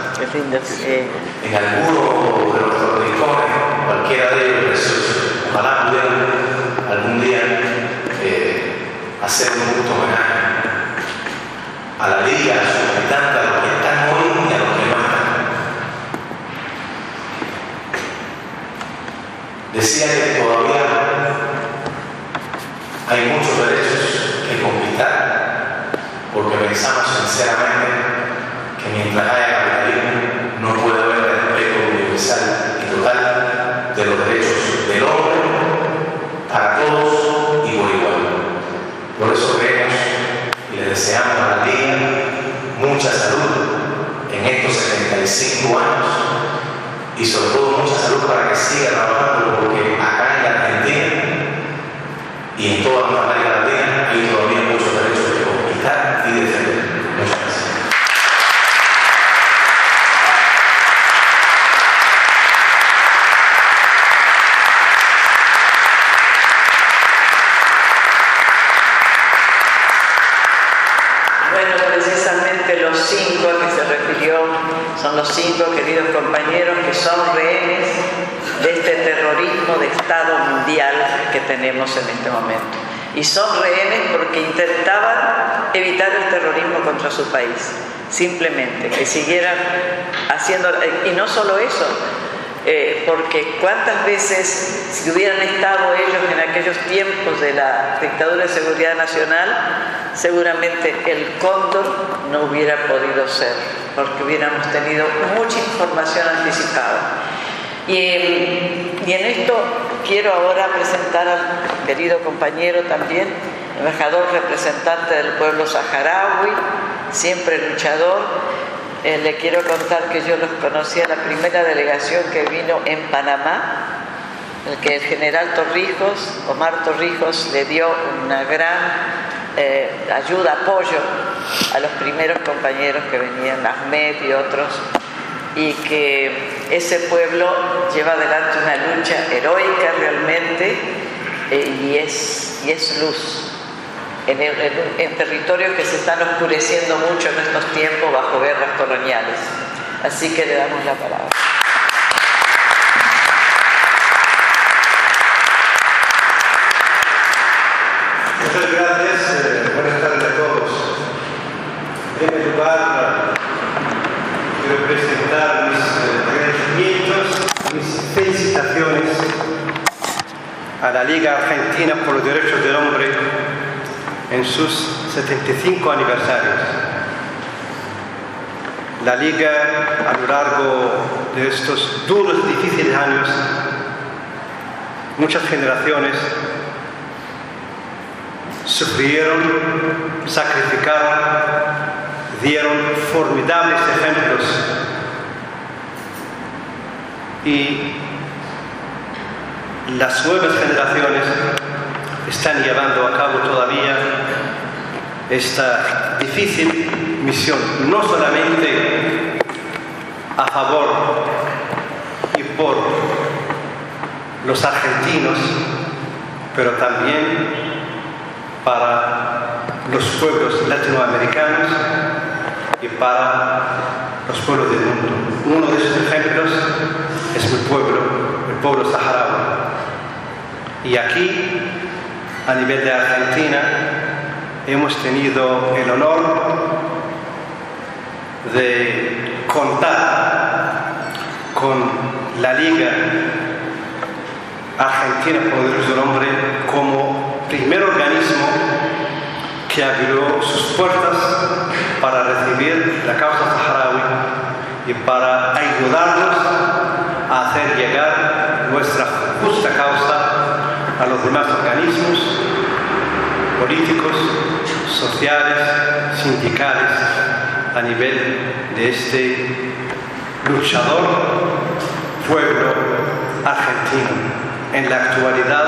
en alguno de nuestros rincones, cualquiera de ellos preciosos. Ojalá pudieran algún día eh, hacer un justo homenaje a la Liga, a sus habitantes, a los que están hoy y a los que no están. Decía que todavía hay muchos derechos que conquistar, porque pensamos sinceramente que mientras haya capitalismo no puede haber respeto universal y total de los derechos del hombre para todos y por igual. Por eso creemos y le deseamos a la Liga mucha salud en estos setenta y cinco años y sobre todo mucha salud para que siga trabajando, porque acá en la Argentina y en toda nuestra América Latina hay todavía muchos derechos que conquistar y defender. Muchas gracias. Bueno, precisamente los cinco a que se refirió son los cinco queridos compañeros que son rehenes de este terrorismo de Estado mundial que tenemos en este momento. Y son rehenes porque intentaban evitar el terrorismo contra su país, simplemente, que siguieran haciendo, y no solo eso, eh, porque cuántas veces, si hubieran estado ellos en aquellos tiempos de la dictadura de seguridad nacional, seguramente el Cóndor no hubiera podido ser, porque hubiéramos tenido mucha información anticipada. Y, y en esto quiero ahora presentar al querido compañero también, embajador representante del pueblo saharaui, siempre luchador. Eh, le quiero contar que yo los conocí a la primera delegación que vino en Panamá, el que el general Torrijos, Omar Torrijos, le dio una gran eh, ayuda, apoyo a los primeros compañeros que venían, Ahmed y otros, y que ese pueblo lleva adelante una lucha heroica realmente eh, y, es, y es luz en, el, en, en territorios que se están oscureciendo mucho en estos tiempos bajo guerras coloniales. Así que le damos la palabra. Muchas gracias, eh, buenas tardes a todos. En primer lugar, quiero presentar mis agradecimientos, mis felicitaciones a la Liga Argentina por los Derechos del Hombre en sus setenta y cinco aniversarios. La Liga, a lo largo de estos duros y difíciles años, muchas generaciones sufrieron, sacrificaron, dieron formidables ejemplos y las nuevas generaciones están llevando a cabo todavía esta difícil misión, no solamente a favor y por los argentinos, pero también para los pueblos latinoamericanos y para los pueblos del mundo. Uno de esos ejemplos es mi pueblo, el pueblo saharaui. Y aquí, a nivel de Argentina, hemos tenido el honor de contar con la Liga Argentina por los Derechos del Hombre como primer organismo que abrió sus puertas para recibir la causa saharaui y para ayudarnos a hacer llegar nuestra justa causa a los demás organismos políticos, sociales, sindicales a nivel de este luchador pueblo argentino. En la actualidad,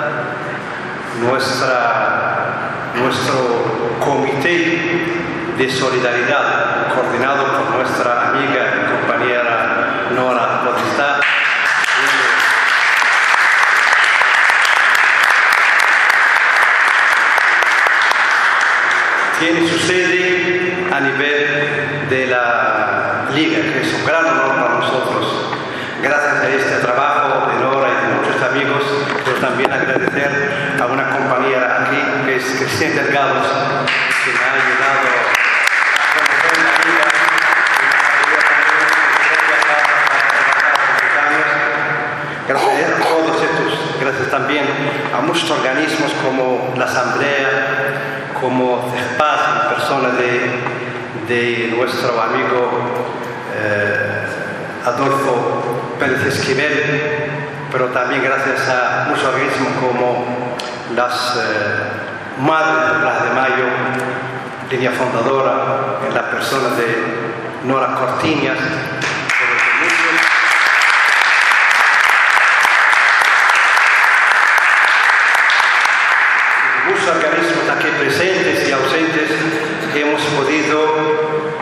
nuestra, nuestro comité de solidaridad, coordinado por nuestra amiga y compañera Nora Podestá, tiene su sede a nivel de la Liga, que es un gran honor para nosotros. Gracias a este trabajo de Nora y de muchos amigos, quiero también agradecer a una compañera aquí, que es Cristina Delgados, que me ha ayudado a conocer la Liga. Gracias a todos estos, gracias también a muchos organismos como la Asamblea, como CESPAS, en persona de, de nuestro amigo eh, Adolfo Pérez Esquivel, pero también gracias a muchos organismos como las eh, Madres de Plaza de Mayo, línea fundadora, en la persona de Nora Cortiñas, muchos organismos aquí presentes y ausentes que hemos podido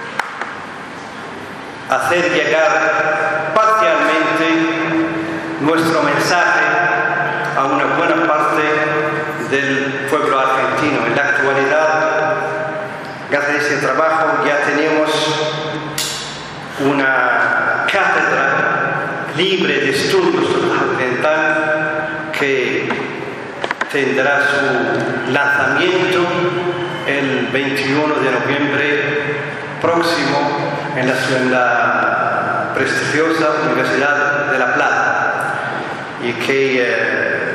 hacer llegar parcialmente nuestro mensaje a una buena parte del pueblo argentino. En la actualidad, gracias a este trabajo, ya tenemos una cátedra libre de estudios occidental que tendrá su lanzamiento el veintiuno de noviembre próximo en la, en la prestigiosa Universidad de La Plata, y que eh,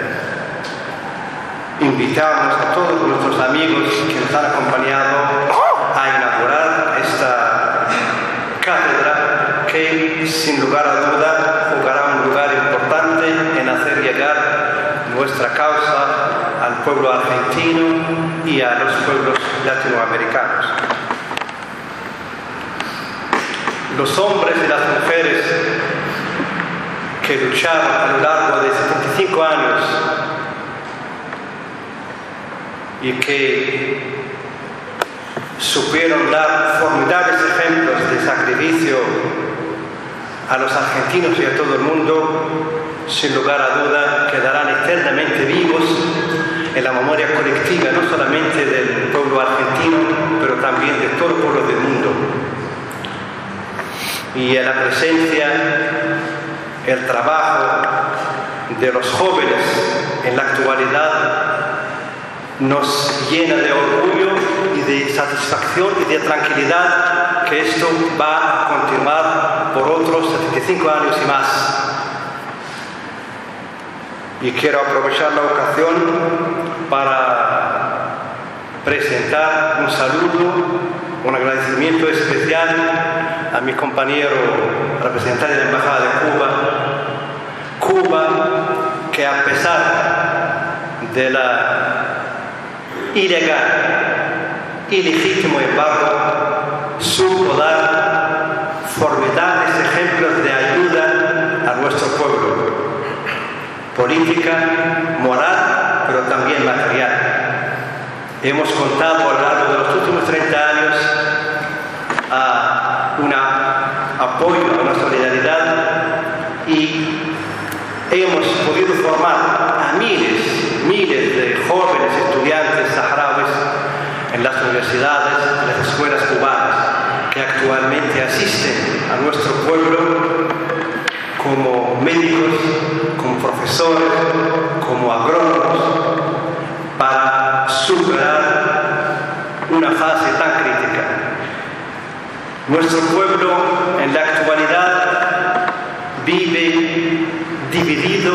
invitamos a todos nuestros amigos que nos han acompañado a inaugurar esta cátedra, que sin lugar a duda jugará un lugar importante en hacer llegar nuestra causa al pueblo argentino y a los pueblos latinoamericanos. Los hombres y las mujeres que lucharon a lo largo de setenta y cinco años y que supieron dar formidables ejemplos de sacrificio a los argentinos y a todo el mundo, sin lugar a duda quedarán eternamente vivos en la memoria colectiva, no solamente del pueblo argentino, pero también de todo el pueblo del mundo. Y en la presencia, el trabajo de los jóvenes en la actualidad nos llena de orgullo y de satisfacción y de tranquilidad que esto va a continuar por otros setenta y cinco años y más. Y quiero aprovechar la ocasión para presentar un saludo, un agradecimiento especial a mi compañero representante de la Embajada de Cuba. Cuba, que a pesar de la ilegal, ilegítimo embargo, supo dar formidables ejemplos de ayuda a nuestro pueblo, política, moral, pero también material. Hemos contado a lo largo de los últimos treinta años a un apoyo, a una solidaridad, y hemos podido formar a miles, miles de jóvenes estudiantes saharauis en las universidades, en las escuelas cubanas, que actualmente asisten a nuestro pueblo como médicos, como profesores, como agrónomos, para superar una fase tan crítica. Nuestro pueblo en la actualidad vive dividido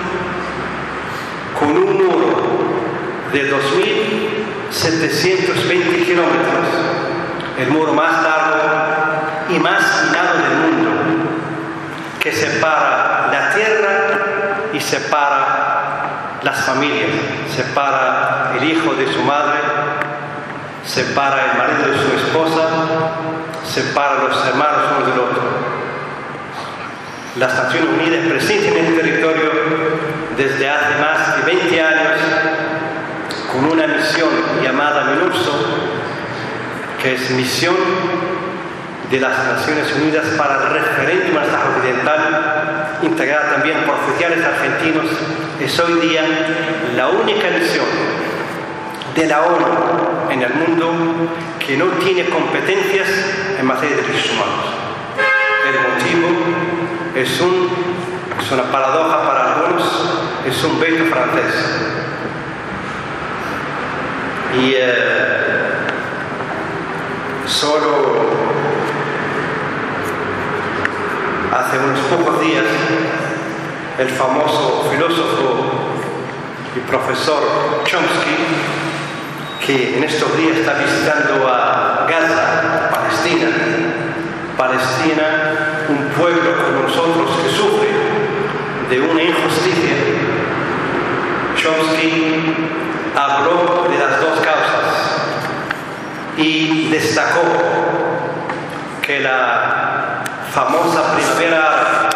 con un muro de dos mil setecientos veinte kilómetros, el muro más largo y más minado del mundo, que separa la tierra y separa las familias, separa el hijo de su madre, separa el marido de su esposa, separa los hermanos uno del otro. Las Naciones Unidas presentes en el territorio desde hace más de veinte años con una misión llamada MINURSO, que es Misión de las Naciones Unidas para el Referéndum al Sáhara Occidental, integrada también por oficiales argentinos. Es hoy día la única misión de la ONU en el mundo que no tiene competencias en materia de derechos humanos. El motivo es, un, es una paradoja para algunos, es un veto francés. Y eh, solo hace unos pocos días el famoso filósofo y profesor Chomsky, que en estos días está visitando a Gaza, Palestina, Palestina, un pueblo como nosotros que sufre de una injusticia. Chomsky habló de las dos causas y destacó que la famosa primavera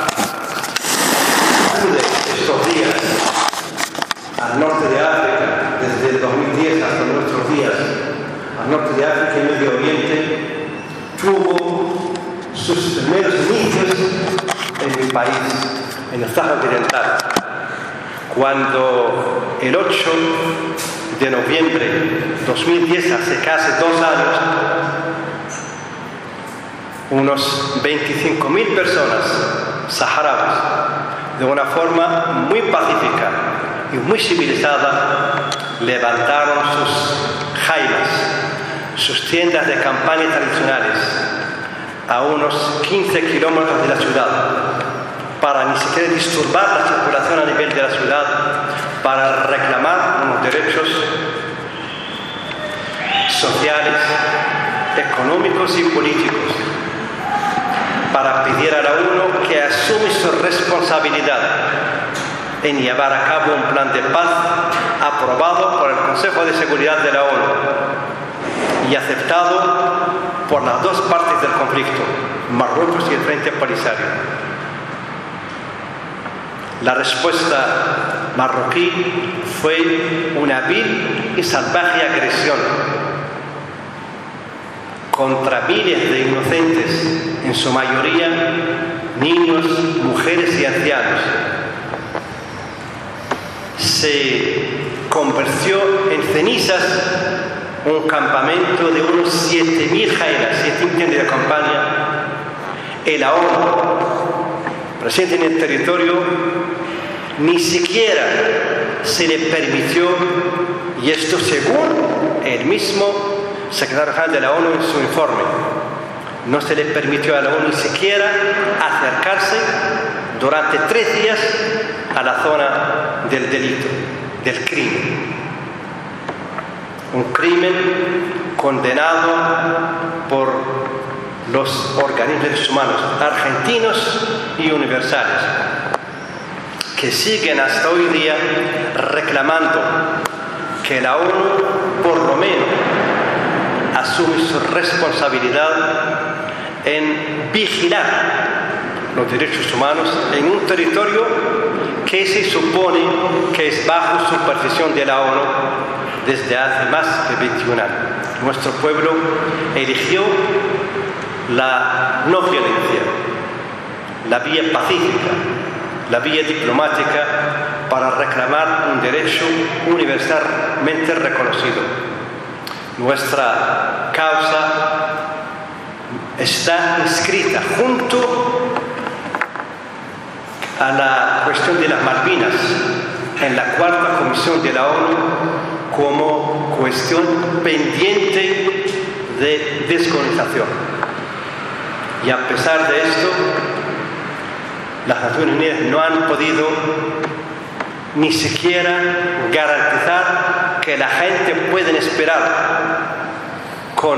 acude estos días al norte de África, desde el dos mil diez hasta nuestros días, al norte de África y Medio Oriente, tuvo sus primeros inicios en mi país, en el Sáhara Occidental, cuando el ocho de noviembre de dos mil diez, hace casi dos años, unos veinticinco mil personas saharauis, de una forma muy pacífica y muy civilizada, levantaron sus jaimas, sus tiendas de campaña tradicionales, a unos quince kilómetros de la ciudad, para ni siquiera disturbar la circulación a nivel de la ciudad, para reclamar unos derechos sociales, económicos y políticos, para pedir a la ONU que asume su responsabilidad en llevar a cabo un plan de paz aprobado por el Consejo de Seguridad de la ONU y aceptado por las dos partes del conflicto, Marruecos y el Frente Polisario. La respuesta marroquí fue una vil y salvaje agresión contra miles de inocentes, en su mayoría niños, mujeres y ancianos. Se convirtió en cenizas un campamento de unos siete mil jainas, siete mil tiendas de campaña. El A O N, presente en el territorio, ni siquiera se le permitió, y esto según el mismo secretario general de la ONU en su informe, no se le permitió a la ONU ni siquiera acercarse durante tres días a la zona del delito, del crimen. Un crimen condenado por los organismos de derechos humanos argentinos y universales, que siguen hasta hoy día reclamando que la ONU por lo menos asume su responsabilidad en vigilar los derechos humanos en un territorio que se supone que es bajo supervisión de la ONU desde hace más de veintiún años. Nuestro pueblo eligió la no violencia, la vía pacífica, la vía diplomática para reclamar un derecho universalmente reconocido. Nuestra causa está inscrita junto a la cuestión de las Malvinas en la cuarta comisión de la ONU como cuestión pendiente de descolonización. Y a pesar de esto, las Naciones Unidas no han podido ni siquiera garantizar que la gente puede esperar con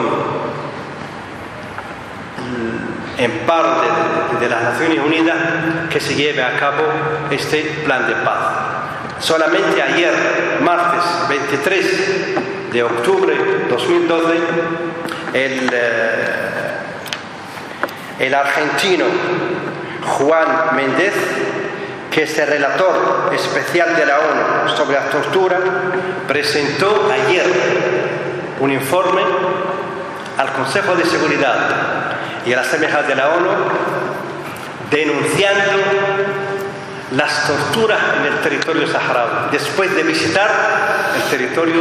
el amparo de, de las Naciones Unidas que se lleve a cabo este plan de paz. Solamente ayer, martes veintitrés de octubre de dos mil doce, el, eh, el argentino Juan Méndez, que es el relator especial de la ONU sobre la tortura, presentó ayer un informe al Consejo de Seguridad y a la Asamblea General de la ONU denunciando las torturas en el territorio saharaui, después de visitar el territorio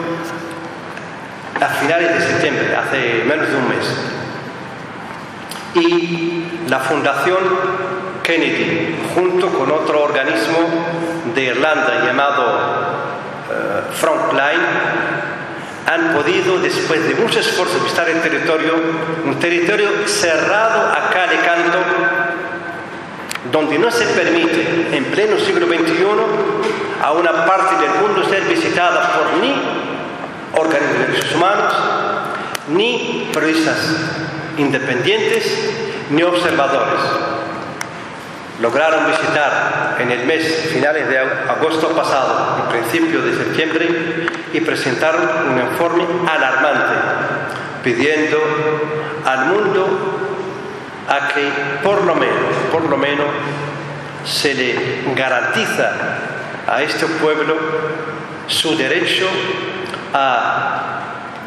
a finales de septiembre, hace menos de un mes. Y la Fundación Kennedy, junto con otro organismo de Irlanda llamado uh, Frontline, han podido, después de mucho esfuerzo, visitar el territorio, un territorio cerrado a cal y canto, donde no se permite, en pleno siglo veintiuno, a una parte del mundo ser visitada por ni organismos de derechos humanos, ni periodistas independientes, ni observadores. Lograron visitar en el mes, finales de agosto pasado y principios de septiembre, y presentaron un informe alarmante, pidiendo al mundo a que por lo menos, por lo menos, se le garantiza a este pueblo su derecho a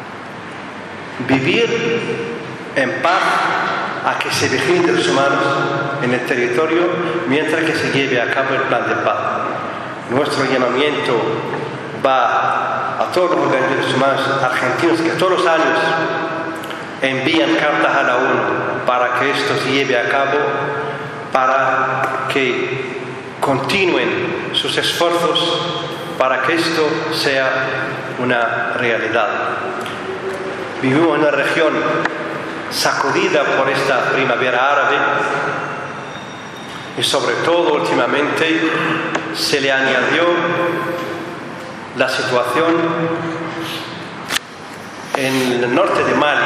vivir en paz, a que se vigilen derechos humanos en el territorio mientras que se lleve a cabo el plan de paz. Nuestro llamamiento va a todos los organismos de derechos humanos argentinos que todos los años envían cartas a la ONU para que esto se lleve a cabo, para que continúen sus esfuerzos para que esto sea una realidad. Vivimos en una región sacudida por esta primavera árabe y sobre todo últimamente se le añadió la situación en el norte de Mali,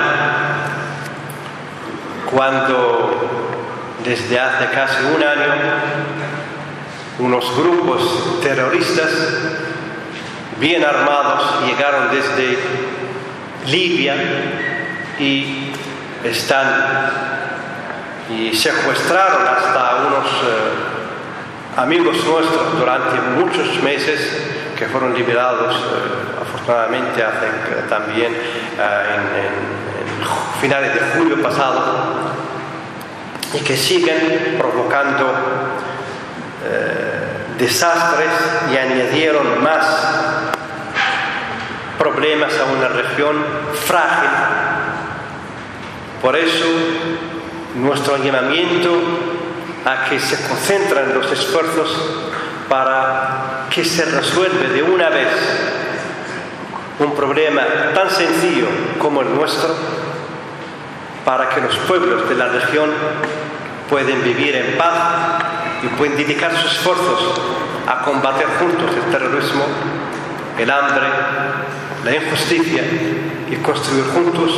cuando desde hace casi un año unos grupos terroristas bien armados llegaron desde Libia y están y secuestraron hasta unos eh, amigos nuestros durante muchos meses, que fueron liberados eh, afortunadamente hace eh, también eh, en, en, en finales de julio pasado, y que siguen provocando eh, desastres y añadieron más problemas a una región frágil. Por eso, nuestro llamamiento a que se concentren los esfuerzos para que se resuelva de una vez un problema tan sencillo como el nuestro, para que los pueblos de la región puedan vivir en paz y puedan dedicar sus esfuerzos a combatir juntos el terrorismo, el hambre, la injusticia, y construir juntos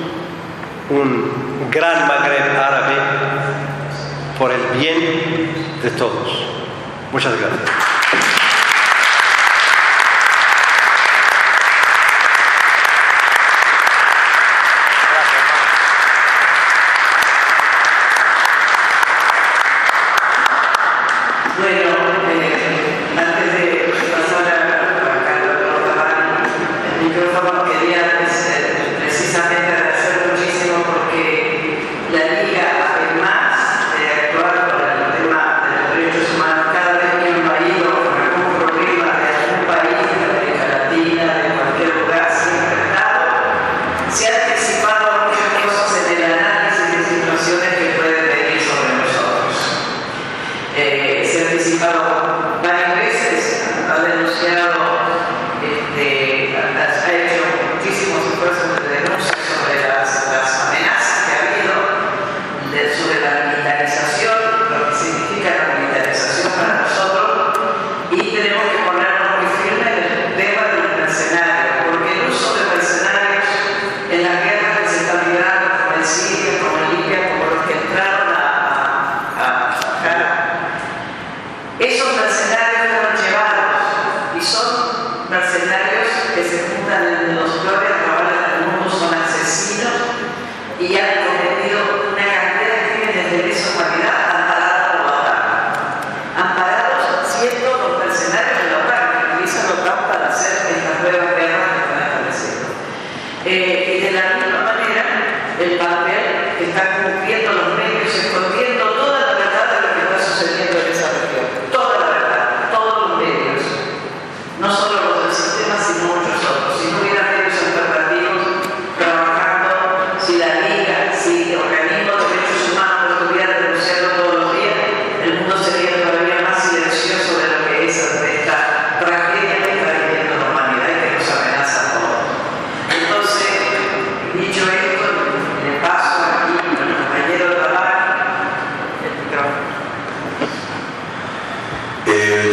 un gran Magreb árabe por el bien de todos. Muchas gracias. Y han cometido una cantidad de crímenes de lesa humanidad amparados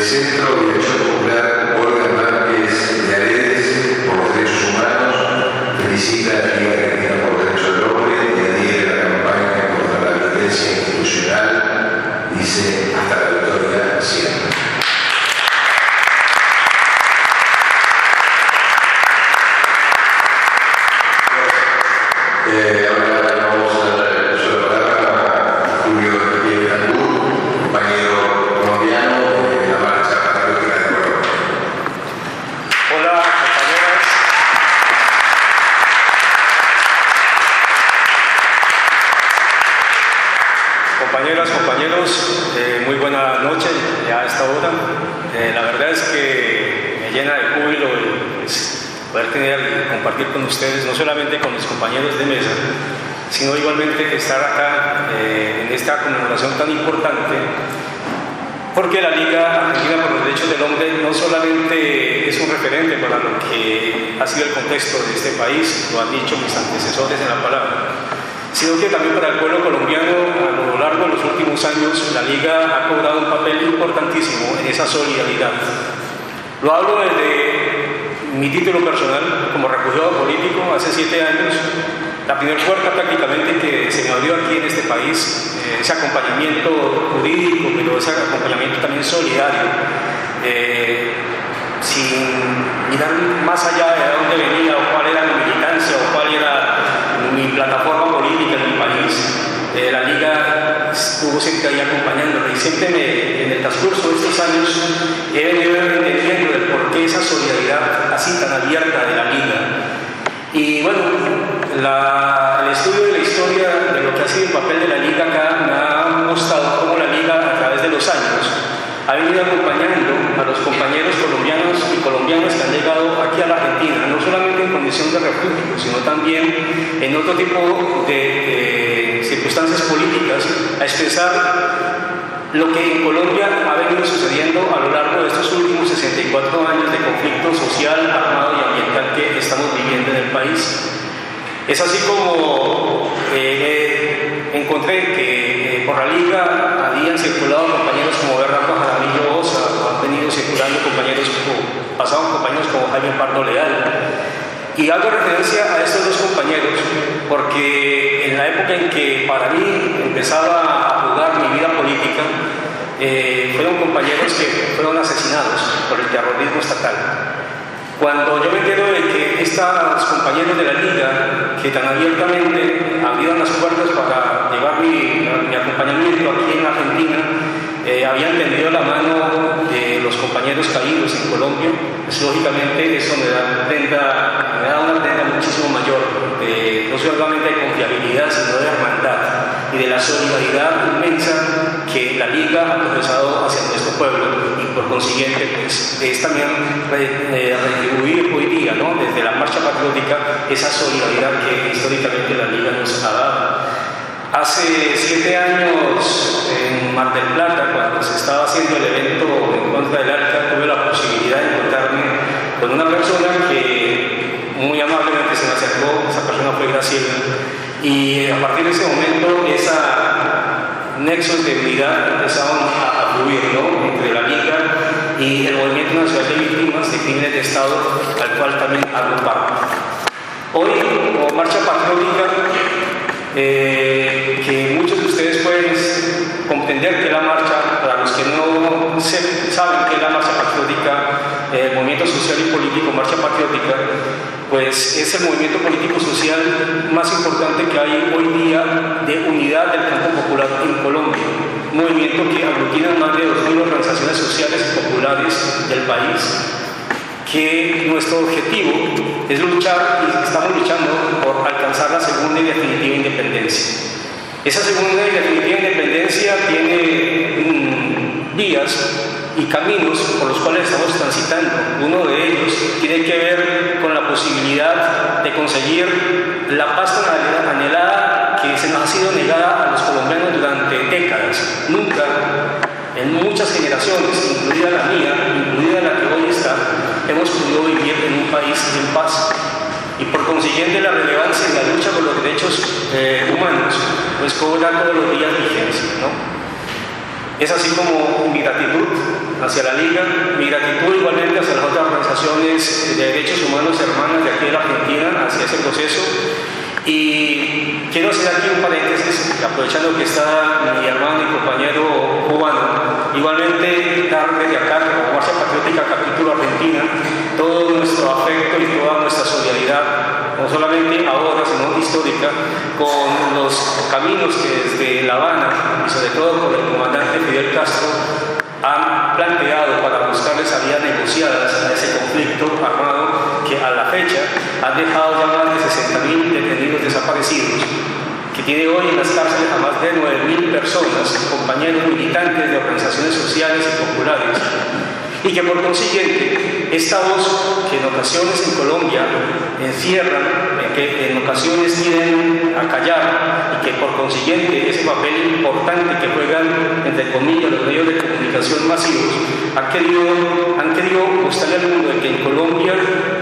del Centro de Acción Popular Olga Márquez de Aredes por los Derechos Humanos, felicita a la Liga Argentina por los Derechos del Hombre y adhiere a la campaña contra la violencia institucional, dice hasta la victoria siempre. Eh, ahora vamos a dar el uso de la palabra a Julio de Cantú, compañero colombiano de la Marcha Patriótica de Colombia. Hola, compañeras. Compañeras, compañeros, eh, muy buena noche ya a esta hora. Eh, la verdad es que me llena de júbilo el, pues, poder tener, compartir con ustedes, no solamente con mis compañeros de mesa, sino igualmente estar acá eh, en esta conmemoración tan importante, porque la Liga Argentina por los Derechos del Hombre no solamente es un referente para lo que ha sido el contexto de este país, lo han dicho mis antecesores en la palabra, sino que también para el pueblo colombiano a lo largo de los últimos años la Liga ha cobrado un papel importantísimo en esa solidaridad. Lo hablo desde mi título personal como refugiado político hace siete años, la primera puerta prácticamente que se me abrió aquí en este país, eh, ese acompañamiento jurídico, pero ese acompañamiento también solidario, eh, sin mirar más allá de dónde venía o cuál era mi militancia o cuál era mi plataforma política en mi país. Eh, la Liga estuvo siempre ahí acompañándome y siempre me, en el transcurso de estos años he venido entendiendo el por qué esa solidaridad así tan abierta de la Liga. Y bueno, la, el estudio de la historia de lo que ha sido el papel de la Liga acá me ha mostrado cómo la Liga a través de los años ha venido acompañando a los compañeros colombianos y colombianas que han llegado aquí a la Argentina, no solamente en condición de refugio, sino también en otro tipo de, de circunstancias políticas, a expresar lo que en Colombia ha venido sucediendo a lo largo de estos últimos sesenta y cuatro años de conflicto social, armado y ambiental que estamos viviendo en el país. Es así como eh, encontré que eh, por la Liga habían circulado compañeros como Bernardo Jaramillo Osa, han venido circulando compañeros como, pasaban compañeros como Jaime Pardo Leal. Y hago referencia a estos dos compañeros porque en la época en que para mí empezaba a jugar mi vida política, eh, fueron compañeros que fueron asesinados por el terrorismo estatal. Cuando yo me entero de que estos compañeros de la Liga, que tan abiertamente abrieron las puertas para llevar mi, mi acompañamiento aquí en Argentina, eh, habían tendido la mano de los compañeros caídos en Colombia, pues lógicamente eso me da, tenda, me da una tenda muchísimo mayor, de, no solamente de confiabilidad, sino de hermandad y de la solidaridad inmensa que la Liga ha profesado hacia nuestro pueblo, y por consiguiente pues, es también eh, retribuir hoy día, ¿no?, desde la Marcha Patriótica, esa solidaridad que históricamente la Liga nos ha dado. Hace siete años en Mar del Plata, cuando se estaba haciendo el evento en contra del ARCA, tuve la posibilidad de encontrarme con una persona que muy amablemente se me acercó. Esa persona fue Graciela, y a partir de ese momento esa nexos de unidad empezaron a fluir, ¿no?, entre la Liga y el Movimiento Nacional de Víctimas de Crímenes de Estado, al cual también hago parte. Hoy, como Marcha Patriótica, Eh, que muchos de ustedes pueden comprender que la marcha, para los que no se, saben que es la Marcha Patriótica, eh, el movimiento social y político Marcha Patriótica, pues es el movimiento político-social más importante que hay hoy día de unidad del campo popular en Colombia. Un movimiento que aglutina más de dos mil organizaciones sociales y populares del país, que nuestro objetivo es luchar, y estamos luchando por alcanzar la segunda y definitiva independencia. Esa segunda y definitiva independencia tiene mm, vías y caminos por los cuales estamos transitando. Uno de ellos tiene que ver con la posibilidad de conseguir la paz tan anhelada que se nos ha sido negada a los colombianos durante décadas. Nunca, en muchas generaciones, incluida la mía, incluida la que hoy está, hemos podido vivir en un país en paz. Y por consiguiente la relevancia en la lucha por los derechos eh, humanos pues cobra todos los días vigencia, ¿no? Es así como mi gratitud hacia la Liga, mi gratitud igualmente hacia las otras organizaciones de derechos humanos hermanas de aquí de la Argentina, hacia ese proceso. Y quiero hacer aquí un paréntesis, aprovechando que está mi hermano y compañero cubano, igualmente dar desde acá, como Marcha Patriótica Capítulo Argentina, todo nuestro afecto y toda nuestra solidaridad, no solamente ahora, sino histórica, con los caminos que desde La Habana y sobre todo con el comandante Fidel Castro han planteado para buscarle salidas negociadas a ese conflicto armado que a la fecha ha dejado ya más de sesenta mil detenidos desaparecidos, que tiene hoy en las cárceles a más de nueve mil personas, compañeros militantes de organizaciones sociales y populares, y que por consiguiente esta voz que en ocasiones en Colombia encierran, que en ocasiones tienen a callar y que por consiguiente ese papel importante que juegan entre comillas los medios de comunicación masivos han querido, han querido mostrarle al mundo de que en Colombia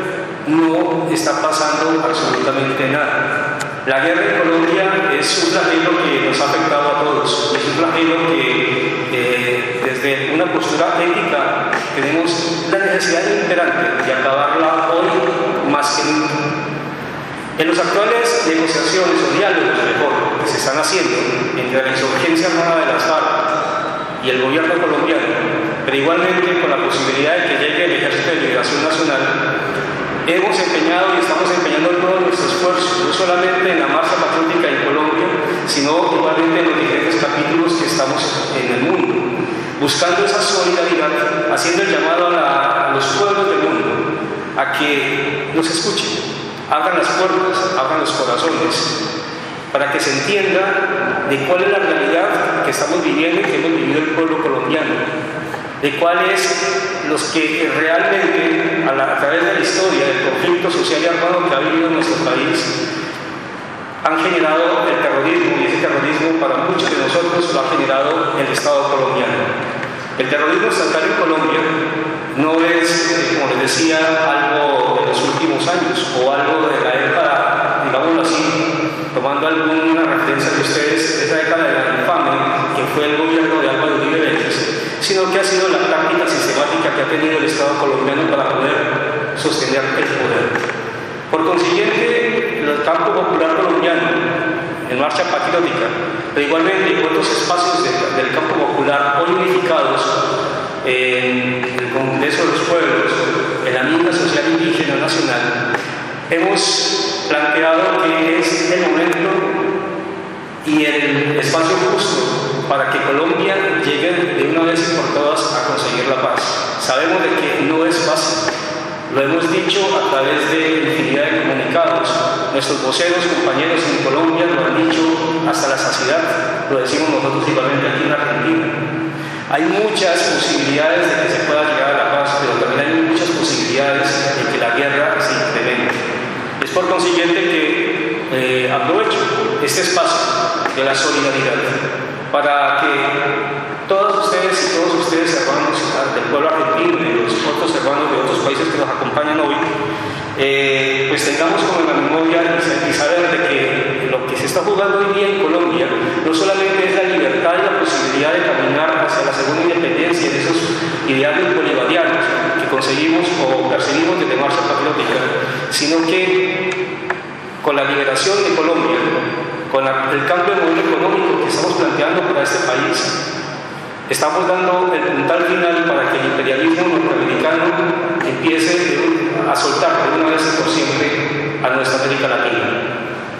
no está pasando absolutamente nada. La guerra en Colombia es un flagelo que nos ha afectado a todos, es un flagelo que eh, desde una postura ética tenemos la necesidad imperante de acabarla hoy más que nunca. En las actuales negociaciones o diálogos mejor que se están haciendo entre la insurgencia armada de las FARC y el gobierno colombiano, pero igualmente con la posibilidad de que llegue el Ejército de Liberación Nacional, hemos empeñado y estamos empeñando todo nuestro esfuerzo, no solamente en la marcha patriótica en Colombia, sino igualmente en los diferentes capítulos que estamos en el mundo, buscando esa solidaridad, haciendo el llamado a, la, a los pueblos del mundo a que nos escuchen, abran las puertas, abran los corazones, para que se entienda de cuál es la realidad que estamos viviendo y que hemos vivido el pueblo colombiano, de cuáles los que realmente a, la, a través de la historia del conflicto social y armado que ha vivido nuestro país han generado el terrorismo, y ese terrorismo para muchos de nosotros lo ha generado el Estado colombiano. El terrorismo estatal en Colombia no es, como les decía, algo de los últimos años o algo de la época, digámoslo así, tomando alguna referencia de ustedes, de esa década de la infame que fue el gobierno de Álvaro Uribe Vélez, sino que ha sido la práctica sistemática que ha tenido el Estado colombiano para poder sostener el poder. Por consiguiente, el campo popular colombiano, en Marcha Patriótica, pero igualmente en otros espacios de, del campo popular hoy unificados, en el Congreso de los Pueblos, en la Liga Social Indígena Nacional, hemos planteado que es el momento y el espacio justo para que Colombia llegue de una vez y por todas a conseguir la paz. Sabemos de que no es fácil. Lo hemos dicho a través de infinidad de comunicados. Nuestros voceros, compañeros en Colombia lo han dicho hasta la saciedad. Lo decimos nosotros igualmente aquí en Argentina. Hay muchas posibilidades de que se pueda llegar a la paz, pero también hay muchas posibilidades de que la guerra se incremente. Es por consiguiente que eh, aprovecho este espacio de la solidaridad para que todos ustedes y todos ustedes, hermanos del pueblo argentino y los otros hermanos de otros países que nos acompañan hoy, eh, pues tengamos como en la memoria y saber de que lo que se está jugando hoy día en Colombia no solamente es la libertad y la posibilidad de caminar hacia la segunda independencia de esos ideales bolivarianos que conseguimos o perseguimos desde Marcha Patriótica, sino que con la liberación de Colombia, con la, el cambio de modelo económico que estamos planteando para este país, estamos dando el puntal final para que el imperialismo norteamericano empiece a soltar de una vez y por siempre a nuestra América Latina.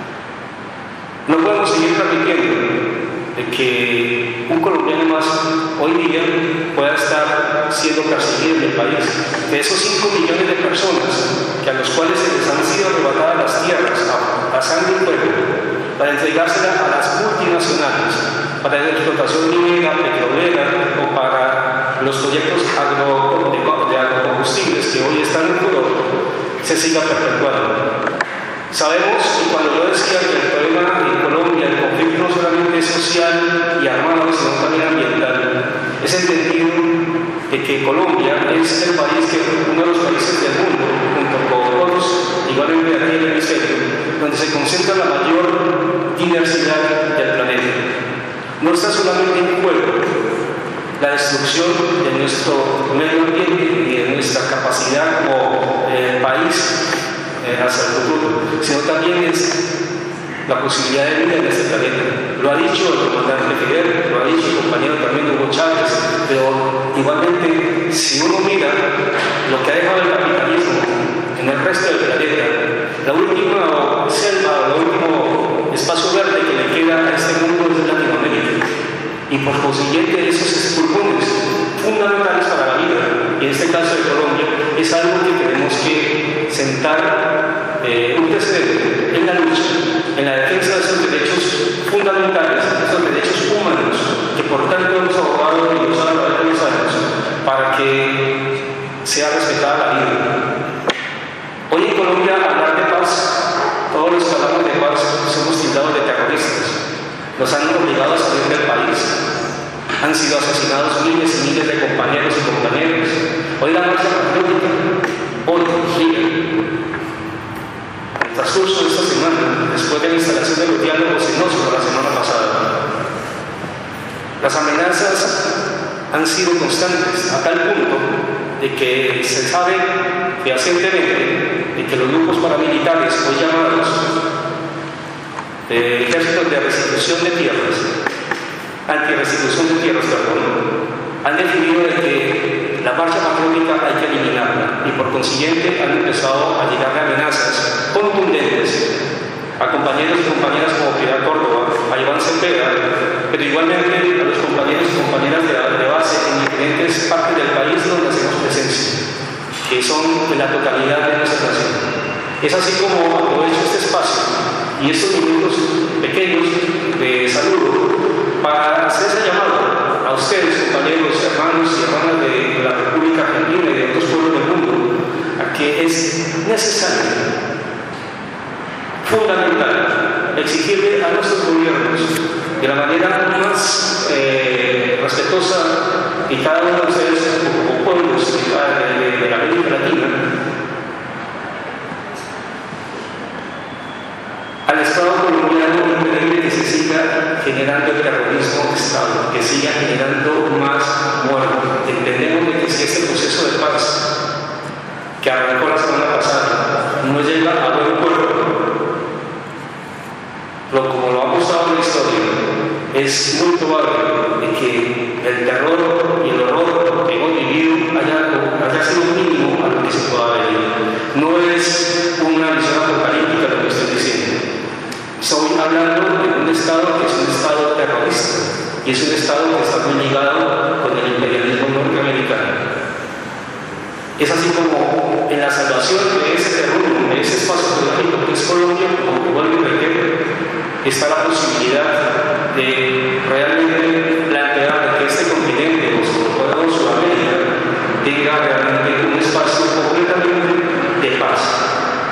No podemos seguir permitiendo de que un colombiano más hoy día pueda estar siendo perseguido en el país. De esos cinco millones de personas que a los cuales se les han sido arrebatadas las tierras a, a sangre y fuego para entregárselas a las multinacionales, para la explotación minera, petrolera o para los proyectos agro, de, de agrocombustibles que hoy están en furor, se siga perpetuando. Sabemos, y cuando yo decía que el problema en Colombia, el conflicto no solamente es social y armado, sino también ambiental, es entendido de que Colombia es el país que, uno de los países del mundo, junto con otros, igualmente aquí en el hemisferio, donde se concentra la mayor diversidad del planeta. No está solamente en juego la destrucción de nuestro medio ambiente y de nuestra capacidad como eh, país eh, hacia el futuro, sino también es la posibilidad de vida en este planeta. Lo ha dicho el comandante Fidel, lo ha dicho el compañero también Hugo Chávez, pero igualmente, si uno mira lo que ha dejado el capitalismo en el resto del planeta, la última selva, el último espacio verde que le queda a este mundo es Latinoamérica. Y por consiguiente, esos pulmones fundamentales para la vida, y en este caso de Colombia, es algo que tenemos que sentar eh, un precedente en la lucha, en la defensa de esos derechos fundamentales, de esos derechos humanos, que por tanto hemos abogado y usado a través de los años para que sea respetada la vida. Hoy en Colombia, hablar de paz, todos los que hablamos de paz somos tildados de terroristas. Nos han obligado a salir del país. Han sido asesinados miles y miles de compañeros y compañeras. Hoy la marcha patriótica, hoy, gira. En el transcurso de esta semana, después de la instalación de los diálogos en Oslo la semana pasada, las amenazas han sido constantes a tal punto de que se sabe fehacientemente de que los grupos paramilitares, hoy llamados eh, ejércitos de restitución de tierras, anti-restitución de tierras, perdón, han definido de que la marcha patriótica hay que eliminarla y por consiguiente han empezado a llegar amenazas contundentes a compañeros y compañeras como Piedad Córdoba, a Iván Cepeda, pero igualmente a los compañeros y compañeras de, de base en diferentes partes del país donde hacemos presencia, que son de la totalidad de nuestra nación. Es así como aprovecho este espacio y estos minutos pequeños de saludo para hacer ese llamado a ustedes, compañeros, hermanos y hermanas de la República Argentina y de otros pueblos del mundo, a que es necesario, fundamental, exigirle a nuestros gobiernos de la manera más eh, respetuosa y cada uno de ustedes como pueblos de, de, de la América Latina, al Estado colombiano impedirle que se siga generando el terrorismo de Estado, que siga generando más muertos. Entendemos que si este proceso de paz que arrancó la semana pasada no llega a buen puerto, lo como lo ha mostrado la historia, es muy probable de que el terror y el horror que hemos vivido haya, haya sido mínimo a lo que se pueda ver. No es una visión apocalíptica lo que estoy diciendo. Estoy hablando de un Estado que es un Estado terrorista y es un Estado que está muy ligado con el imperialismo norteamericano. Es así como en la salvación de ese terreno, de ese espacio geográfico que es Colombia, como vuelvo a repetir, está la posibilidad de realmente plantear que este continente, o sobre todo Sudamérica, tenga realmente un espacio completamente de paz.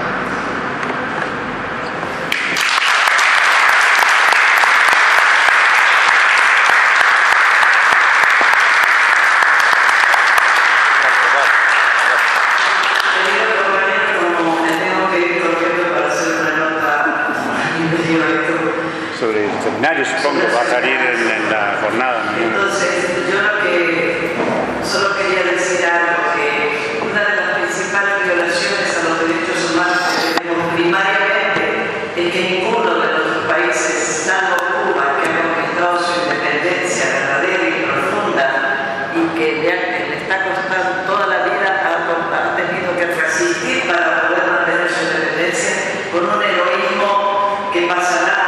Sobre el seminario, supongo, va a salir en, en la jornada. Entonces, yo lo que solo quería decir algo, que una de las principales violaciones a los derechos humanos que tenemos primariamente es que ninguno de nuestros países, salvo Cuba, que ha conquistado su independencia verdadera y profunda y que le, le está costando toda la vida, ha, ha tenido que resistir para poder mantener su independencia con un heroísmo que pasará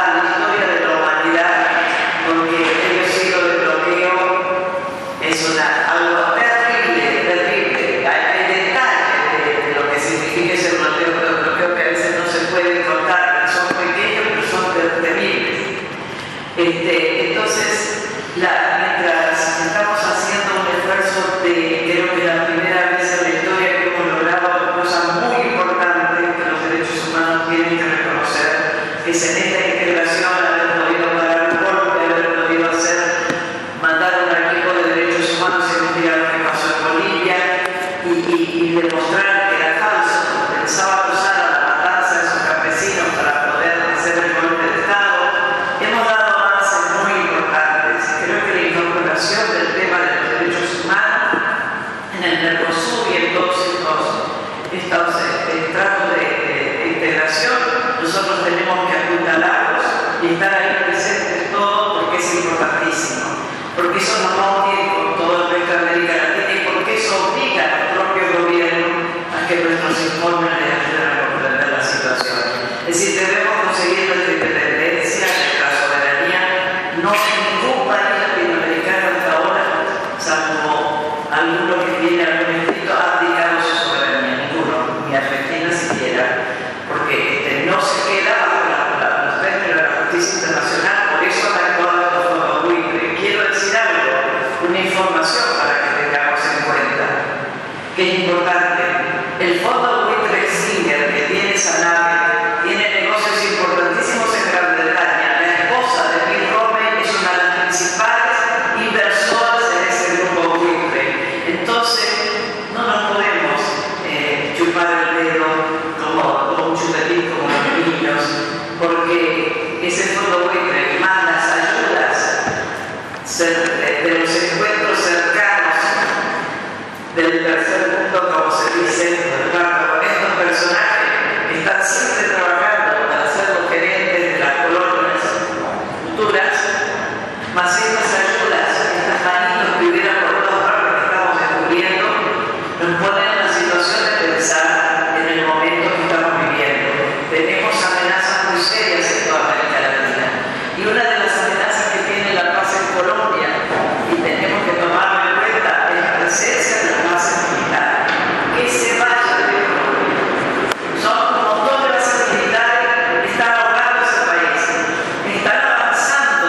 porque el siglo de bloqueo es una, algo terrible, terrible. Hay, hay detalles de, de lo que significa ese bloqueo, pero bloqueo que a veces no se puede contar, son pequeños pero son terribles. Este, entonces, la, mientras estamos haciendo un esfuerzo de, creo que la primera vez en la historia que hemos logrado cosas muy importantes que los derechos humanos tienen que reconocer, que es en esta integración haber podido parar Y, y, y demostrar que era falso. El sábado pasado la matanza de esos campesinos para poder hacer el golpe de Estado. Hemos dado avances muy importantes. Creo que la incorporación del tema de los Mercosur y en todos estos, estos eh, tratos de, de, de integración, nosotros tenemos que apuntalarlos y estar ahí presentes todos porque es importantísimo, porque eso nos va a unir con toda nuestra América Latina y porque eso obliga al propio gobierno a que nuestros informes le ayuden a comprender la situación. Es decir, debemos conseguir nuestra independencia, nuestra soberanía. No hay ningún país latinoamericano hasta ahora, salvo alguno que tiene algún escrito, ha abdicado su soberanía, ninguno, ni Argentina siquiera, porque este, no se queda bajo la, la, los términos de la justicia internacional, por eso han actuado los fondos buitre. Quiero decir algo, una información para que tengamos en cuenta, que es importante. El fondo buitre Singer, que tiene esa nave, tiene negocios importantísimos en Gran Bretaña. La esposa de Bill Romer es una de las principales inversoras en ese grupo buitre. Entonces, no nos podemos eh, chupar el dedo como, como un chupetín, como los niños, porque ese fondo buitre más las ayudas de, de los encuentros cercanos del tercer mundo, como se dice, con estos personajes que están siempre trabajando para ser los gerentes de las colonias futuras, más estas ayudas, estas manitos que hubieran por todas partes que estamos descubriendo, nos ponen en la situación de pensar en el momento que estamos viviendo. Tenemos amenazas muy serias en toda América Latina y una de las amenazas que tiene la paz en Colombia, y tenemos que tomarlo en cuenta, es la presencia de las bases militares. Que se vaya de Colombia. Son un montón de bases militares que están ahogando ese país. Están avanzando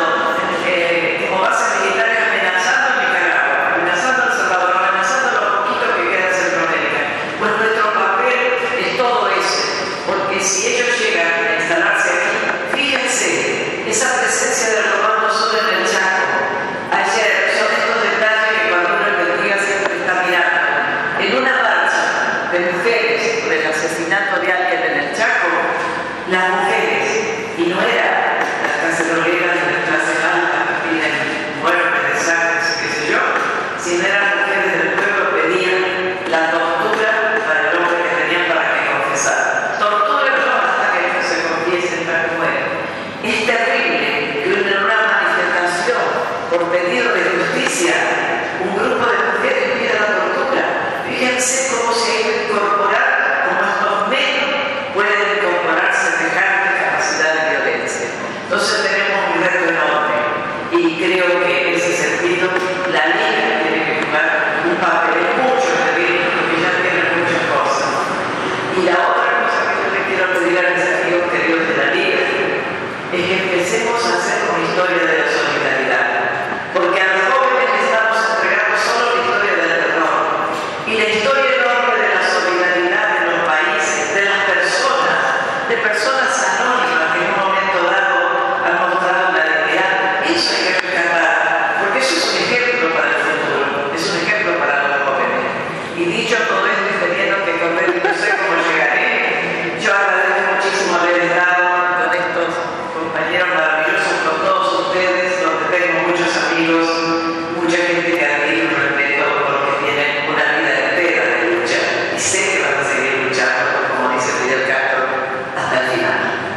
eh, como bases militares, amenazando a Nicaragua, amenazando a El Salvador, amenazando a los poquitos que quedan en Centroamérica. Pues nuestro papel es todo eso, porque si ellos llegan a instalarse aquí, fíjense, esa presencia de Romano Sol en el Chaco, ayer, son estos detalles que cuando uno investiga siempre está mirando. En una marcha de mujeres por el asesinato de alguien en el Chaco, las mujeres, y no eran las caceroleras de las clases altas que piden muertes de sangre, qué sé yo, sino eran mujeres del pueblo, pedían la tortura para el hombre que tenían para que confesara. Tortúrenlo hasta que no se confiesen para que mueran. Es terrible que en una manifestación por pedido de justicia un grupo de mujeres pida la tortura. Fíjense cómo se ha ido a incorporar, como estos medios pueden incorporar semejante capacidad de violencia. Entonces tenemos un reto enorme y creo que en ese sentido la Liga tiene que jugar un papel mucho pedir porque ya tiene muchas cosas. Y la otra cosa que yo le quiero pedir a mis amigos queridos de la Liga es que empecemos a hacer una historia de la solidaridad, porque a los jóvenes les estamos entregando solo la historia del terror y la historia enorme de la solidaridad de los países, de las personas, de personas anónimas que en un momento dado han mostrado la dignidad. Eso hay que rescatar, porque eso es un ejemplo para el futuro, es un ejemplo para los jóvenes. Y dicho todo esto y teniendo que correr, no sé cómo llegaré, yo agradezco muchísimo haber estado con estos compañeros maravillosos, con todos ustedes, donde tengo muchos amigos, mucha gente que admiro y respeto porque tienen una vida entera de lucha y sé que van a seguir luchando, como dice Fidel Castro, hasta el final.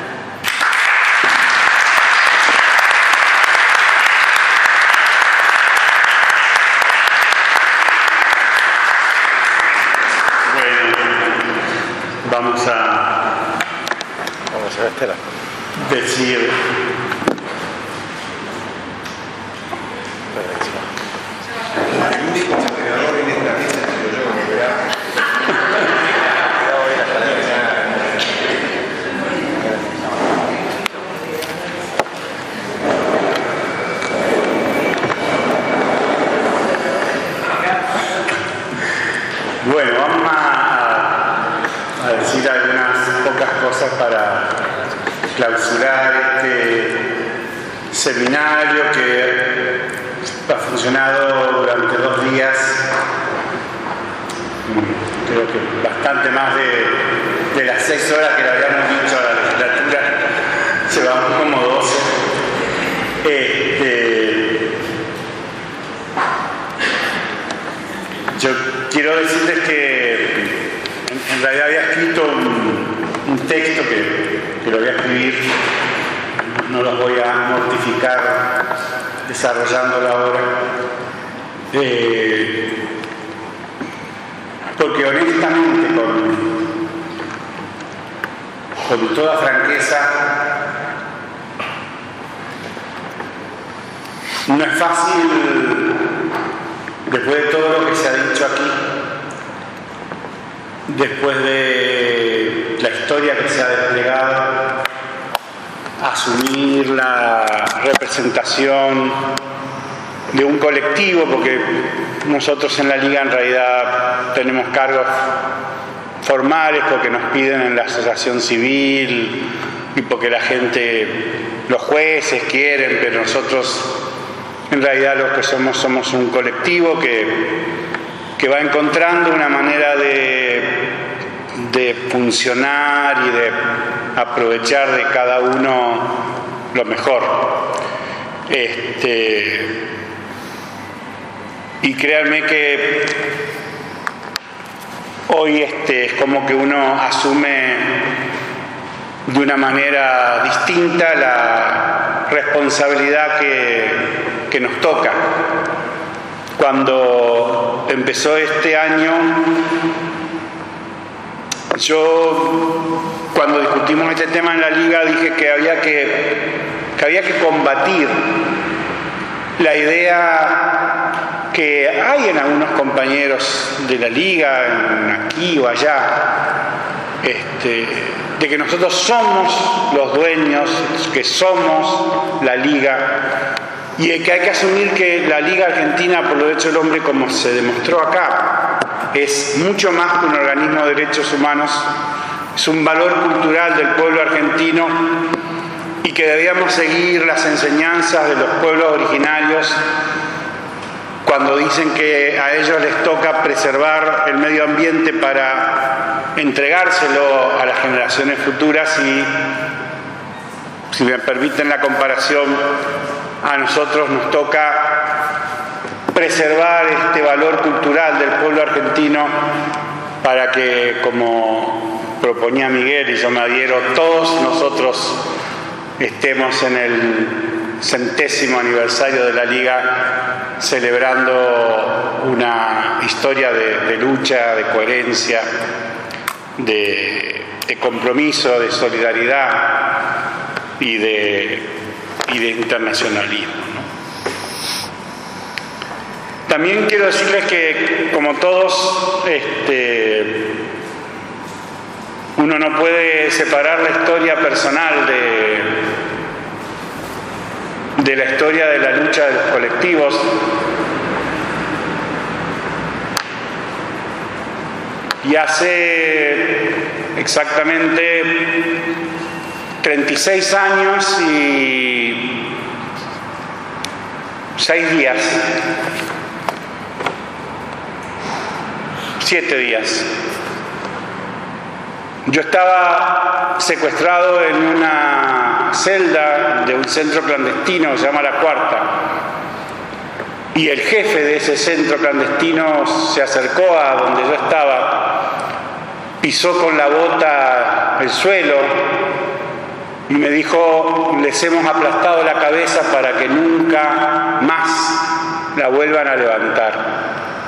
Vamos a, Vamos a Estela. decir El único moderador en esta mesa que yo como verá. bueno, vamos a, a decir algunas pocas cosas para clausurar este seminario que ha funcionado durante dos días, creo que bastante más de, de las seis horas que le habíamos dicho a la legislatura, llevamos como doce. Este, yo quiero quiero decirles que en realidad había escrito un, un texto que, que lo voy a escribir, no los voy a mortificar desarrollándolo ahora, eh, porque honestamente, con, con toda franqueza, no es fácil, después de todo lo que se ha dicho aquí, después de la historia que se ha desplegado, asumir la representación de un colectivo, porque nosotros en la Liga en realidad tenemos cargos formales porque nos piden en la asociación civil y porque la gente, los jueces quieren, pero nosotros en realidad lo que somos somos un colectivo que, que va encontrando una manera de, de funcionar y de aprovechar de cada uno lo mejor. Este, y créanme que hoy este, es como que uno asume de una manera distinta la responsabilidad que, que nos toca. Cuando empezó este año, yo cuando discutimos este tema en la Liga dije que había que, que, había que combatir la idea que hay en algunos compañeros de la Liga, en aquí o allá, este, de que nosotros somos los dueños, que somos la Liga, y que hay que asumir que la Liga Argentina por los Derechos del Hombre, como se demostró acá, es mucho más que un organismo de derechos humanos, es un valor cultural del pueblo argentino y que debíamos seguir las enseñanzas de los pueblos originarios cuando dicen que a ellos les toca preservar el medio ambiente para entregárselo a las generaciones futuras y, si me permiten la comparación, a nosotros nos toca preservar este valor cultural del pueblo argentino para que, como proponía Miguel y yo me adhiero, todos nosotros estemos en el centésimo aniversario de la Liga celebrando una historia de, de lucha, de coherencia, de, de compromiso, de solidaridad y de, y de internacionalismo, ¿no? También quiero decirles que, como todos, este, uno no puede separar la historia personal de, de la historia de la lucha de los colectivos. Y hace exactamente treinta y seis años y seis días, siete días, yo estaba secuestrado en una celda de un centro clandestino que se llama La Cuarta, y el jefe de ese centro clandestino se acercó a donde yo estaba, pisó con la bota el suelo y me dijo: les hemos aplastado la cabeza para que nunca más la vuelvan a levantar.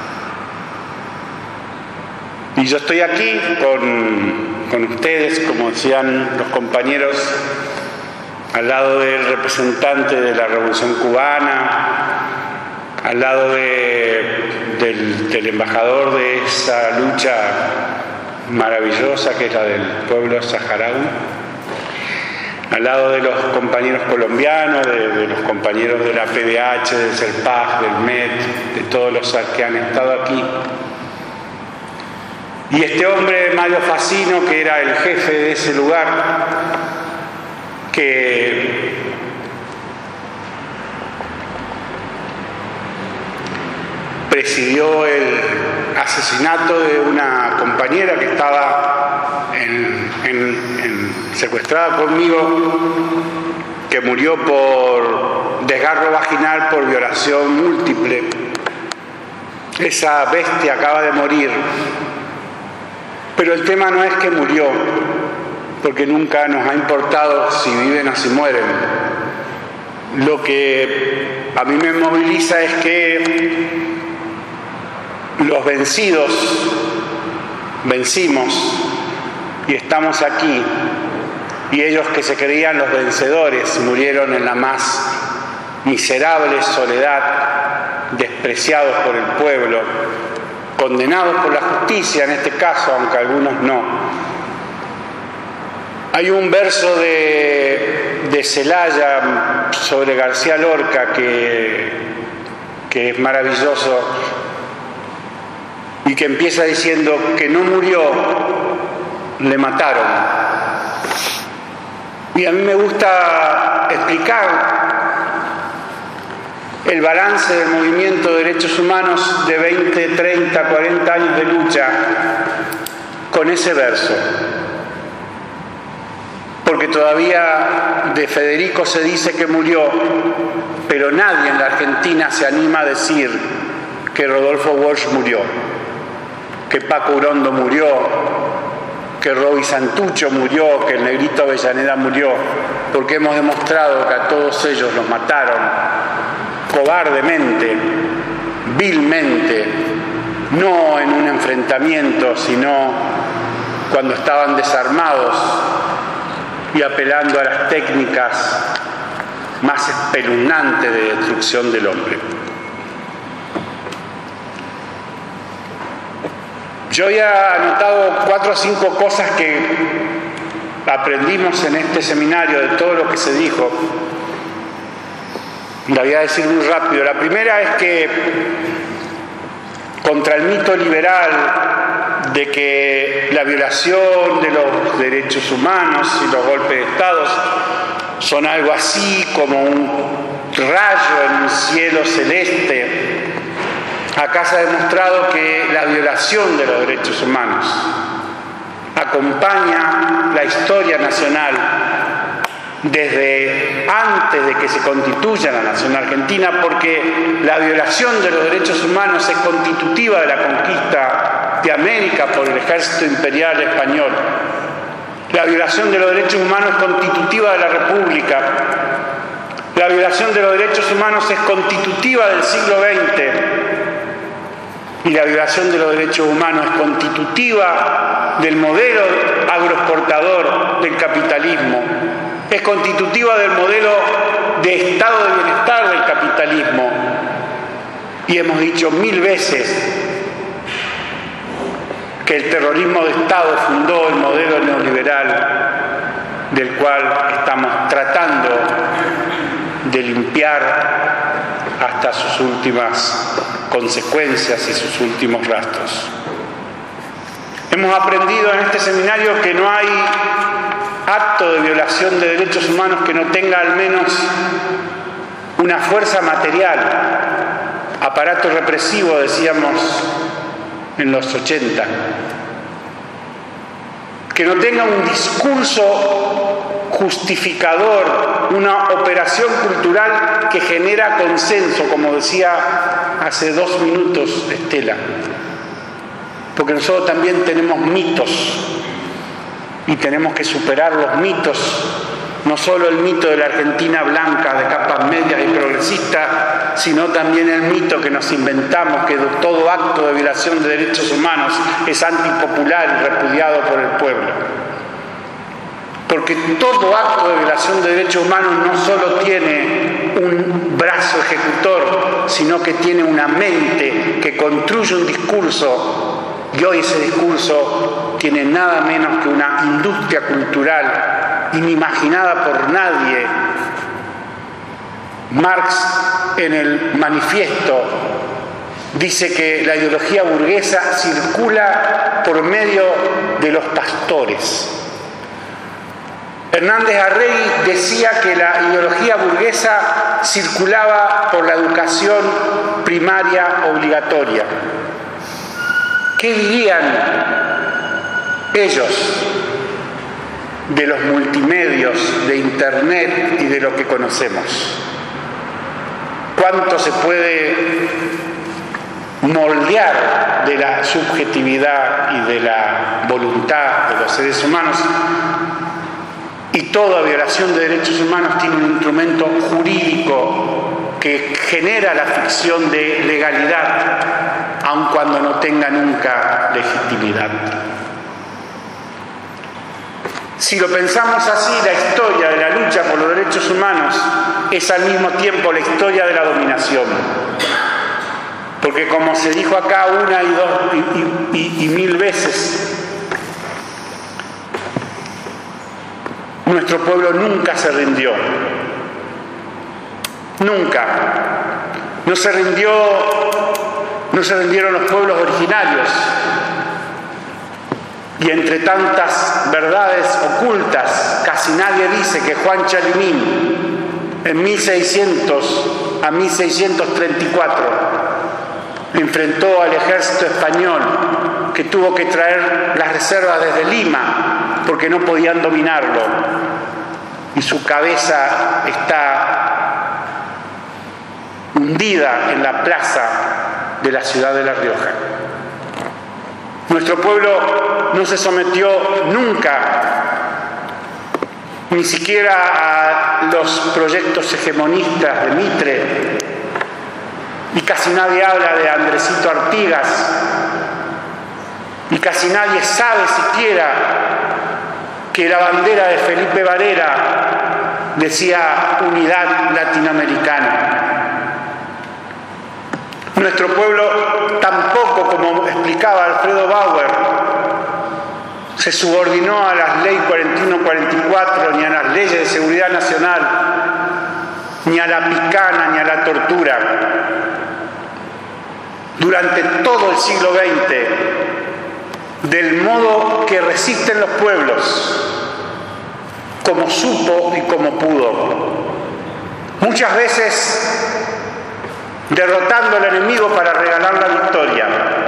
Y yo estoy aquí con, con ustedes, como decían los compañeros, al lado del representante de la Revolución Cubana, al lado de, del, del embajador de esa lucha maravillosa que es la del pueblo saharaui, al lado de los compañeros colombianos, de, de los compañeros de la P D H, del CERPAG, del M E T, de todos los que han estado aquí. Y este hombre, Mario Facino, que era el jefe de ese lugar, que presidió el asesinato de una compañera que estaba en, en, en, secuestrada conmigo, que murió por desgarro vaginal por violación múltiple. esa bestia acaba de morir. Pero el tema no es que murió, porque nunca nos ha importado si viven o si mueren. Lo que a mí me moviliza es que los vencidos vencimos y estamos aquí, y ellos que se creían los vencedores murieron en la más miserable soledad, despreciados por el pueblo, condenados por la justicia en este caso, aunque algunos no. Hay un verso de, de Celaya sobre García Lorca que, que es maravilloso y que empieza diciendo que no murió, le mataron. Y a mí me gusta explicar el balance del movimiento de derechos humanos de veinte, treinta, cuarenta años de lucha con ese verso. Porque todavía de Federico se dice que murió, pero nadie en la Argentina se anima a decir que Rodolfo Walsh murió, que Paco Urondo murió, que Roby Santucho murió, que el Negrito Avellaneda murió, porque hemos demostrado que a todos ellos los mataron cobardemente, vilmente, no en un enfrentamiento, sino cuando estaban desarmados y apelando a las técnicas más espeluznantes de destrucción del hombre. Yo había anotado cuatro o cinco cosas que aprendimos en este seminario de todo lo que se dijo. La voy a decir muy rápido. La primera es que contra el mito liberal de que la violación de los derechos humanos y los golpes de Estado son algo así como un rayo en un cielo celeste, acá se ha demostrado que la violación de los derechos humanos acompaña la historia nacional desde antes de que se constituya la nación argentina, porque la violación de los derechos humanos es constitutiva de la conquista de América por el ejército imperial español. La violación de los derechos humanos es constitutiva de la República. La violación de los derechos humanos es constitutiva del siglo veinte. Y la violación de los derechos humanos es constitutiva del modelo agroexportador del capitalismo. Es constitutiva del modelo de estado de bienestar del capitalismo. Y hemos dicho mil veces que el terrorismo de Estado fundó el modelo neoliberal del cual estamos tratando de limpiar hasta sus últimas consecuencias y sus últimos rastros. Hemos aprendido en este seminario que no hay acto de violación de derechos humanos que no tenga al menos una fuerza material, aparato represivo, decíamos en los ochenta, que no tenga un discurso justificador, una operación cultural que genera consenso, como decía hace dos minutos Estela, porque nosotros también tenemos mitos y tenemos que superar los mitos, no solo el mito de la Argentina blanca de capas medias y progresista, sino también el mito que nos inventamos que todo acto de violación de derechos humanos es antipopular y repudiado por el pueblo. Porque todo acto de violación de derechos humanos no solo tiene un brazo ejecutor, sino que tiene una mente que construye un discurso, y hoy ese discurso tiene nada menos que una industria cultural inimaginada por nadie. Marx, en el manifiesto, dice que la ideología burguesa circula por medio de los pastores. Hernández Arregui decía que la ideología burguesa circulaba por la educación primaria obligatoria. ¿Qué dirían ellos de los multimedios, de Internet y de lo que conocemos? ¿Cuánto se puede moldear de la subjetividad y de la voluntad de los seres humanos, y toda violación de derechos humanos tiene un instrumento jurídico que genera la ficción de legalidad, aun cuando no tenga nunca legitimidad. Si lo pensamos así, la historia de la lucha por los derechos humanos es al mismo tiempo la historia de la dominación. Porque como se dijo acá una y dos y, y, y mil veces, nuestro pueblo nunca se rindió. Nunca. No se rindió, no se rindieron los pueblos originarios. Y entre tantas verdades ocultas, casi nadie dice que Juan Chalimín, en mil seiscientos a mil seiscientos treinta y cuatro, enfrentó al ejército español, que tuvo que traer las reservas desde Lima, porque no podían dominarlo. Y su cabeza está hundida en la plaza de la ciudad de La Rioja. Nuestro pueblo no se sometió nunca, ni siquiera a los proyectos hegemonistas de Mitre, y casi nadie habla de Andresito Artigas, y casi nadie sabe siquiera que la bandera de Felipe Varela decía unidad latinoamericana. Nuestro pueblo tampoco, como explicaba Alfredo Bauer, se subordinó a las leyes cuarenta y uno cuarenta y cuatro, ni a las leyes de seguridad nacional, ni a la picana, ni a la tortura. Durante todo el siglo veinte, del modo que resisten los pueblos, como supo y como pudo. Muchas veces derrotando al enemigo para regalar la victoria,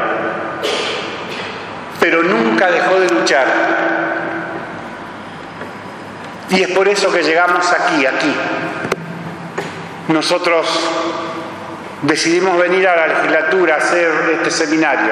pero nunca dejó de luchar. Y es por eso que llegamos aquí, aquí. Nosotros decidimos venir a la legislatura a hacer este seminario,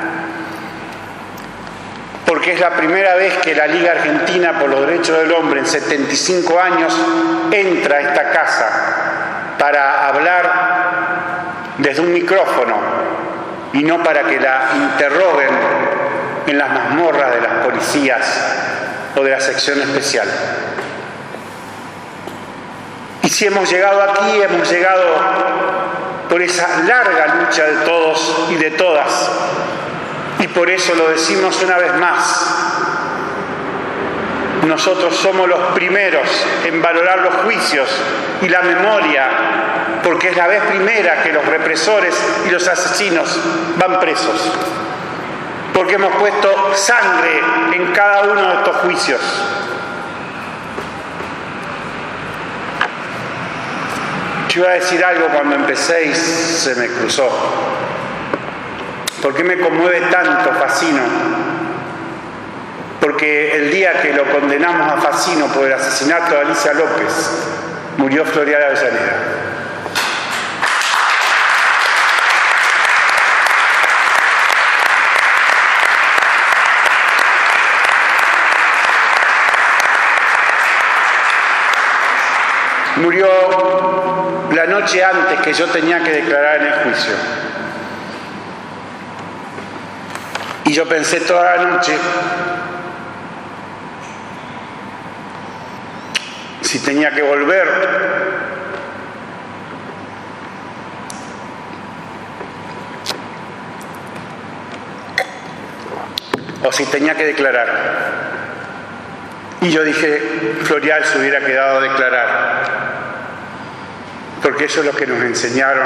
porque es la primera vez que la Liga Argentina por los Derechos del Hombre en setenta y cinco años entra a esta casa para hablar desde un micrófono y no para que la interroguen en las mazmorras de las policías o de la sección especial. Y si hemos llegado aquí, hemos llegado por esa larga lucha de todos y de todas, y por eso lo decimos una vez más: nosotros somos los primeros en valorar los juicios y la memoria, porque es la vez primera que los represores y los asesinos van presos, porque hemos puesto sangre en cada uno de estos juicios. Yo iba a decir algo cuando empecé y se me cruzó. ¿Por qué me conmueve tanto Facino? Porque el día que lo condenamos a Facino por el asesinato de Alicia López, murió Florial Avellaneda. Murió la noche antes que yo tenía que declarar en el juicio. Y yo pensé toda la noche si tenía que volver o si tenía que declarar. Y yo dije, Florial se hubiera quedado a declarar, porque eso es lo que nos enseñaron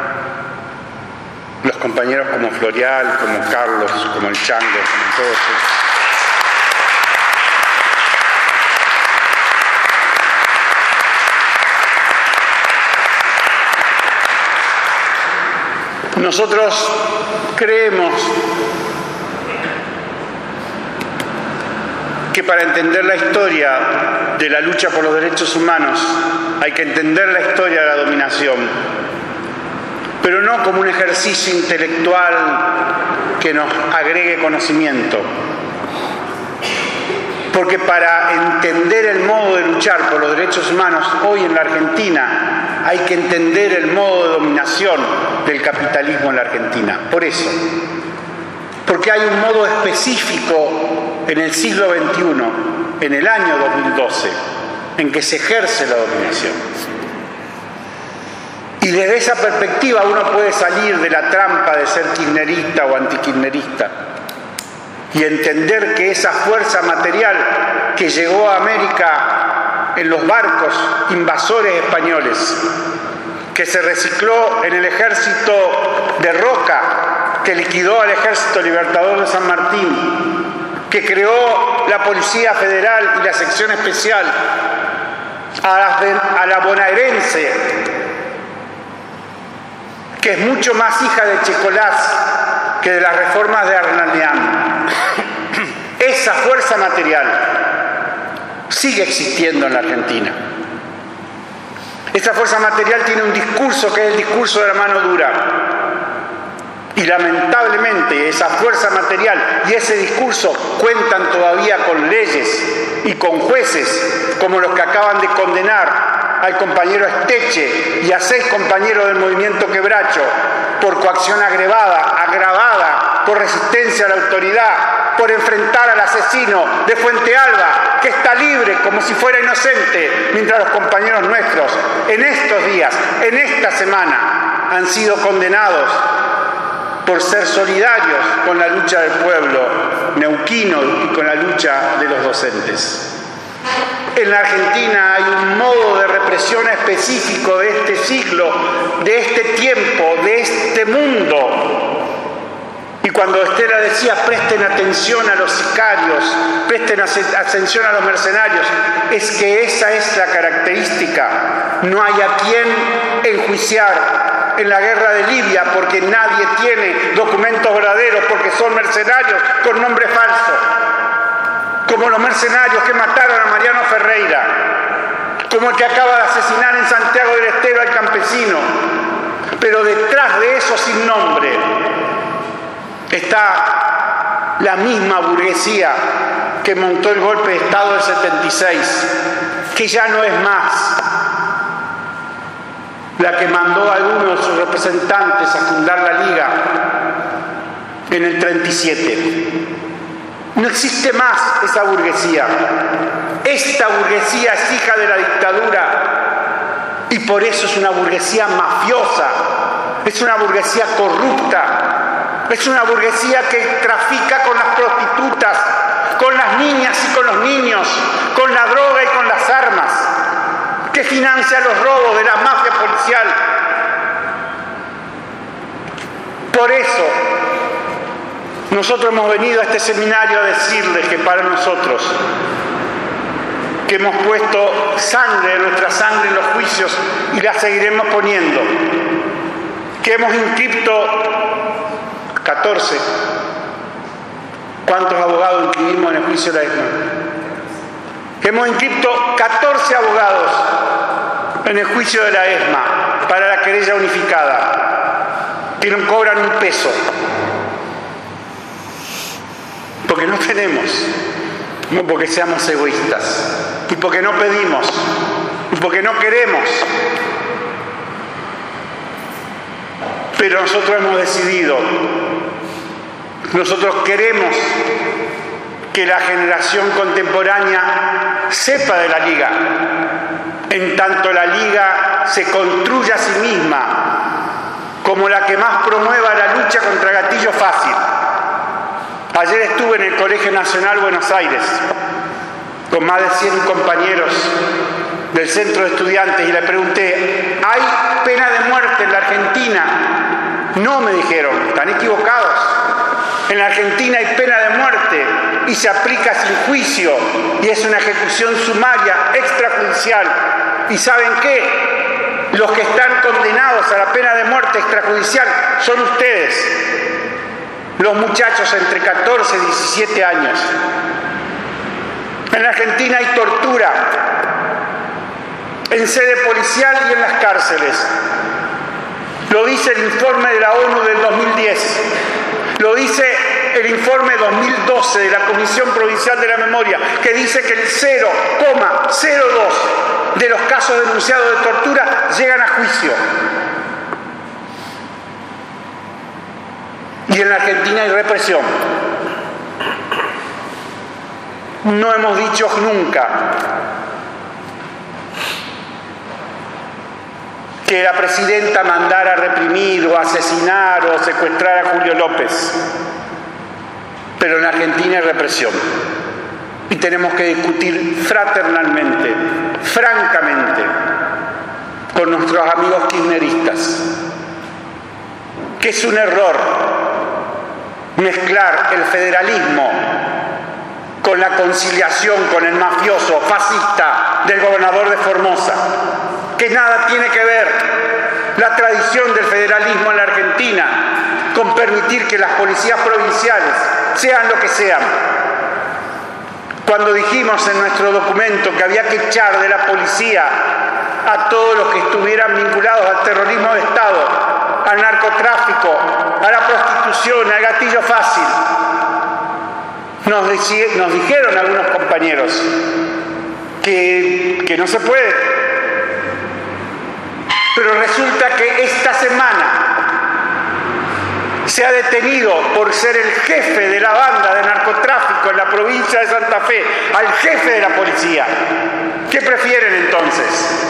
los compañeros como Florial, como Carlos, como el Chango, como todos ellos. Nosotros creemos que para entender la historia de la lucha por los derechos humanos hay que entender la historia de la dominación. pero no como un ejercicio intelectual que nos agregue conocimiento. Porque para entender el modo de luchar por los derechos humanos hoy en la Argentina, hay que entender el modo de dominación del capitalismo en la Argentina. Por eso, porque hay un modo específico en el siglo veintiuno, en el año dos mil doce, en que se ejerce la dominación. Y desde esa perspectiva uno puede salir de la trampa de ser kirchnerista o antikirchnerista y entender que esa fuerza material que llegó a América en los barcos invasores españoles, que se recicló en el ejército de Roca, que liquidó al Ejército Libertador de San Martín, que creó la Policía Federal y la Sección Especial, a la, a la bonaerense, que es mucho más hija de Checolás que de las reformas de Arnaldián. Esa fuerza material sigue existiendo en la Argentina. Esa fuerza material tiene un discurso que es el discurso de la mano dura. Y lamentablemente esa fuerza material y ese discurso cuentan todavía con leyes y con jueces como los que acaban de condenar al compañero Esteche y a seis compañeros del movimiento Quebracho por coacción agravada, agravada por resistencia a la autoridad, por enfrentar al asesino de Fuente Alba, que está libre como si fuera inocente, mientras los compañeros nuestros en estos días, en esta semana, han sido condenados por ser solidarios con la lucha del pueblo neuquino y con la lucha de los docentes. En la Argentina hay un modo de represión específico de este siglo, de este tiempo, de este mundo. Y cuando Estela decía presten atención a los sicarios, presten atención a los mercenarios, es que esa es la característica. No hay a quien enjuiciar en la guerra de Libia porque nadie tiene documentos verdaderos, porque son mercenarios con nombre falso. Como los mercenarios que mataron a Mariano Ferreira, como el que acaba de asesinar en Santiago del Estero al campesino. Pero detrás de eso sin nombre está la misma burguesía que montó el golpe de Estado del setenta y seis, que ya no es más la que mandó a algunos de sus representantes a fundar la Liga en el treinta y siete. No existe más esa burguesía. Esta burguesía es hija de la dictadura y por eso es una burguesía mafiosa, es una burguesía corrupta, es una burguesía que trafica con las prostitutas, con las niñas y con los niños, con la droga y con las armas, que financia los robos de la mafia policial. Por eso nosotros hemos venido a este seminario a decirles que para nosotros, que hemos puesto sangre de nuestra sangre en los juicios y la seguiremos poniendo, que hemos inscrito catorce. ¿Cuántos abogados inscribimos en el juicio de la ESMA? Que hemos inscrito catorce abogados en el juicio de la ESMA para la querella unificada, que no cobran un peso. Porque no tenemos, no porque seamos egoístas, y porque no pedimos, y porque no queremos. Pero nosotros hemos decidido, nosotros queremos que la generación contemporánea sepa de la Liga, en tanto la Liga se construya a sí misma como la que más promueva la lucha contra gatillo fácil. Ayer estuve en el Colegio Nacional Buenos Aires con más de cien compañeros del Centro de Estudiantes y le pregunté, ¿hay pena de muerte en la Argentina? No, me dijeron, están equivocados. En la Argentina hay pena de muerte y se aplica sin juicio y es una ejecución sumaria extrajudicial. ¿Y saben qué? Los que están condenados a la pena de muerte extrajudicial son ustedes. Los muchachos entre catorce y diecisiete años. En la Argentina hay tortura, en sede policial y en las cárceles. Lo dice el informe de la ONU del dos mil diez. Lo dice el informe dos mil doce de la Comisión Provincial de la Memoria, que dice que el cero coma cero dos de los casos denunciados de tortura llegan a juicio. Y en la Argentina hay represión. No hemos dicho nunca que la presidenta mandara a reprimir o asesinar o secuestrar a Julio López. Pero en la Argentina hay represión. Y tenemos que discutir fraternalmente, francamente, con nuestros amigos kirchneristas, que es un error mezclar el federalismo con la conciliación con el mafioso fascista del gobernador de Formosa, que nada tiene que ver la tradición del federalismo en la Argentina con permitir que las policías provinciales sean lo que sean. Cuando dijimos en nuestro documento que había que echar de la policía a todos los que estuvieran vinculados al terrorismo de Estado, al narcotráfico, a la prostitución, al gatillo fácil, nos, deci- nos dijeron algunos compañeros que, que no se puede. Pero resulta que esta semana se ha detenido por ser el jefe de la banda de narcotráfico en la provincia de Santa Fe al jefe de la policía. ¿Qué prefieren entonces?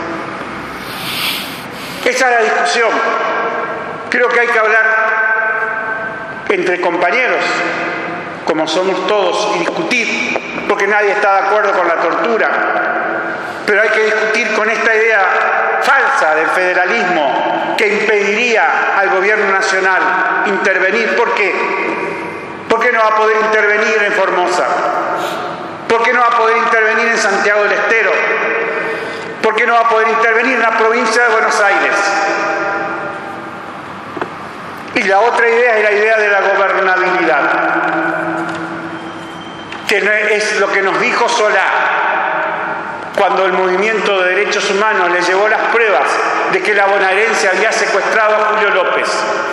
Esa es la discusión. Creo que hay que hablar entre compañeros, como somos todos, y discutir, porque nadie está de acuerdo con la tortura. Pero hay que discutir con esta idea falsa del federalismo que impediría al gobierno nacional intervenir. ¿Por qué? ¿Por qué no va a poder intervenir en Formosa? ¿Por qué no va a poder intervenir en Santiago del Estero? ¿Por qué no va a poder intervenir en la provincia de Buenos Aires? Y la otra idea es la idea de la gobernabilidad, que es lo que nos dijo Solá cuando el movimiento de derechos humanos le llevó las pruebas de que la bonaerense había secuestrado a Julio López.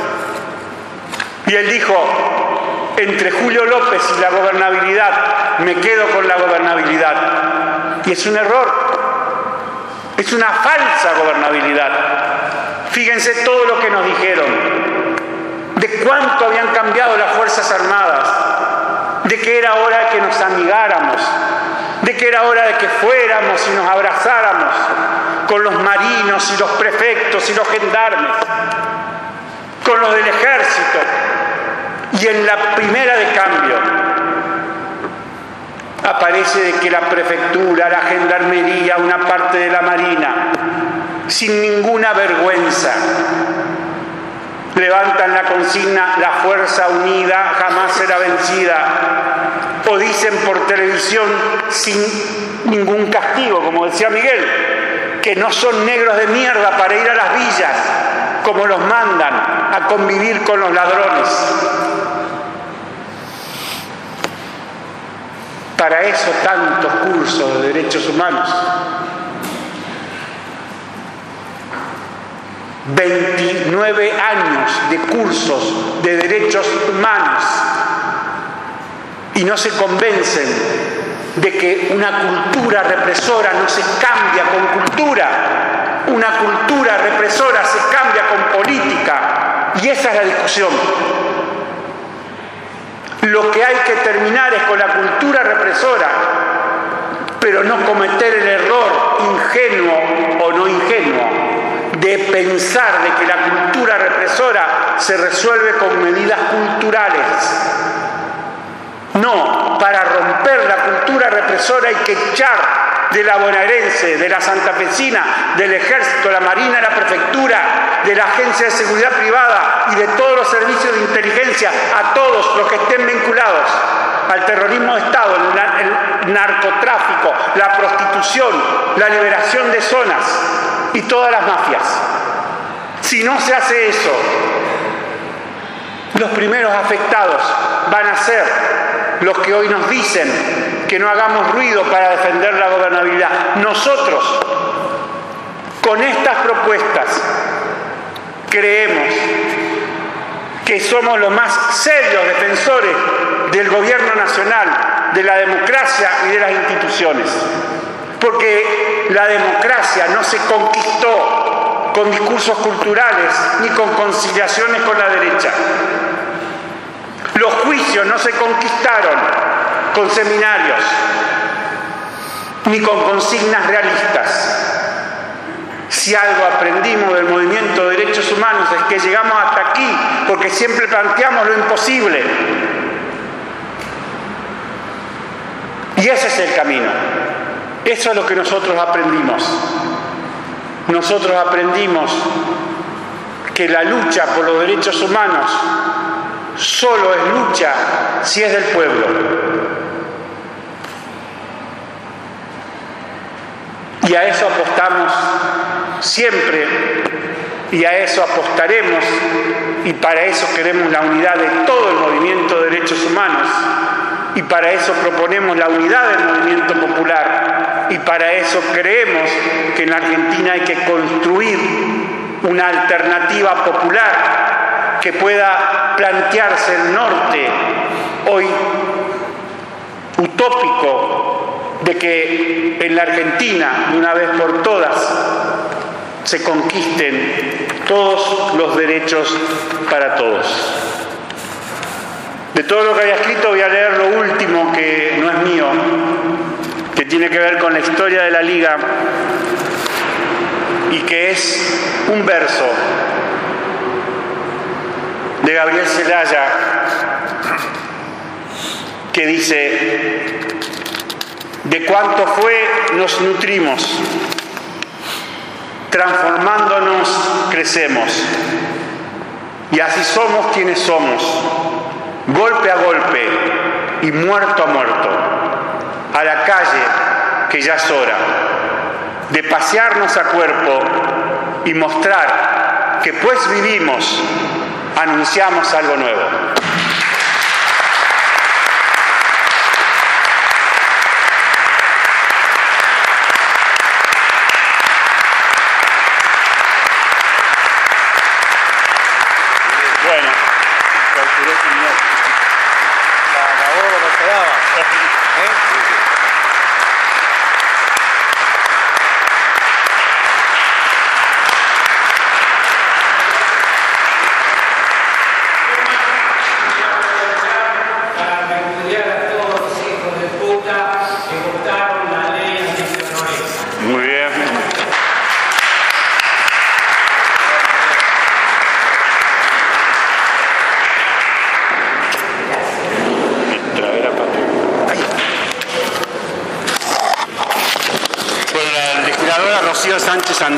Y él dijo, entre Julio López y la gobernabilidad, me quedo con la gobernabilidad. Y es un error, es una falsa gobernabilidad. Fíjense todo lo que nos dijeron, de cuánto habían cambiado las Fuerzas Armadas, de que era hora de que nos amigáramos, de que era hora de que fuéramos y nos abrazáramos con los marinos y los prefectos y los gendarmes, con los del ejército. Y en la primera de cambio aparece de que la prefectura, la gendarmería, una parte de la marina, sin ninguna vergüenza, levantan la consigna, la fuerza unida jamás será vencida, o dicen por televisión sin ningún castigo, como decía Miguel, que no son negros de mierda para ir a las villas, como los mandan a convivir con los ladrones. Para eso tantos cursos de derechos humanos. veintinueve años de cursos de derechos humanos y no se convencen de que una cultura represora no se cambia con cultura, una cultura represora se cambia con política, y esa es la discusión. Lo que hay que terminar es con la cultura represora, pero no cometer el error ingenuo o no ingenuo de pensar de que la cultura represora se resuelve con medidas culturales. No, para romper la cultura represora hay que echar de la bonaerense, de la santafesina, del ejército, la marina, la prefectura, de la agencia de seguridad privada y de todos los servicios de inteligencia, a todos los que estén vinculados al terrorismo de Estado, el narcotráfico, la prostitución, la liberación de zonas y todas las mafias. Si no se hace eso, los primeros afectados van a ser los que hoy nos dicen que no hagamos ruido para defender la gobernabilidad. Nosotros, con estas propuestas, creemos que somos los más serios defensores del gobierno nacional, de la democracia y de las instituciones. Porque la democracia no se conquistó con discursos culturales ni con conciliaciones con la derecha. Los juicios no se conquistaron con seminarios ni con consignas realistas. Si algo aprendimos del movimiento de derechos humanos es que llegamos hasta aquí porque siempre planteamos lo imposible. Y ese es el camino. Eso es lo que nosotros aprendimos. Nosotros aprendimos que la lucha por los derechos humanos solo es lucha si es del pueblo. Y a eso apostamos siempre, y a eso apostaremos, y para eso queremos la unidad de todo el movimiento de derechos humanos, y para eso proponemos la unidad del movimiento popular, y para eso creemos que en la Argentina hay que construir una alternativa popular que pueda plantearse el norte hoy utópico de que en la Argentina, de una vez por todas, se conquisten todos los derechos para todos. De todo lo que había escrito voy a leer lo último, que no es mío, que tiene que ver con la historia de la Liga y que es un verso de Gabriel Celaya que dice: de cuánto fue nos nutrimos, transformándonos crecemos, y así somos quienes somos, golpe a golpe y muerto a muerto, a la calle que ya es hora de pasearnos a cuerpo y mostrar que pues vivimos, anunciamos algo nuevo. Bueno, calculé que no. La acabó lo que se daba. ¿Eh? Muy bien. Con la legisladora Rocío Sánchez Andrés.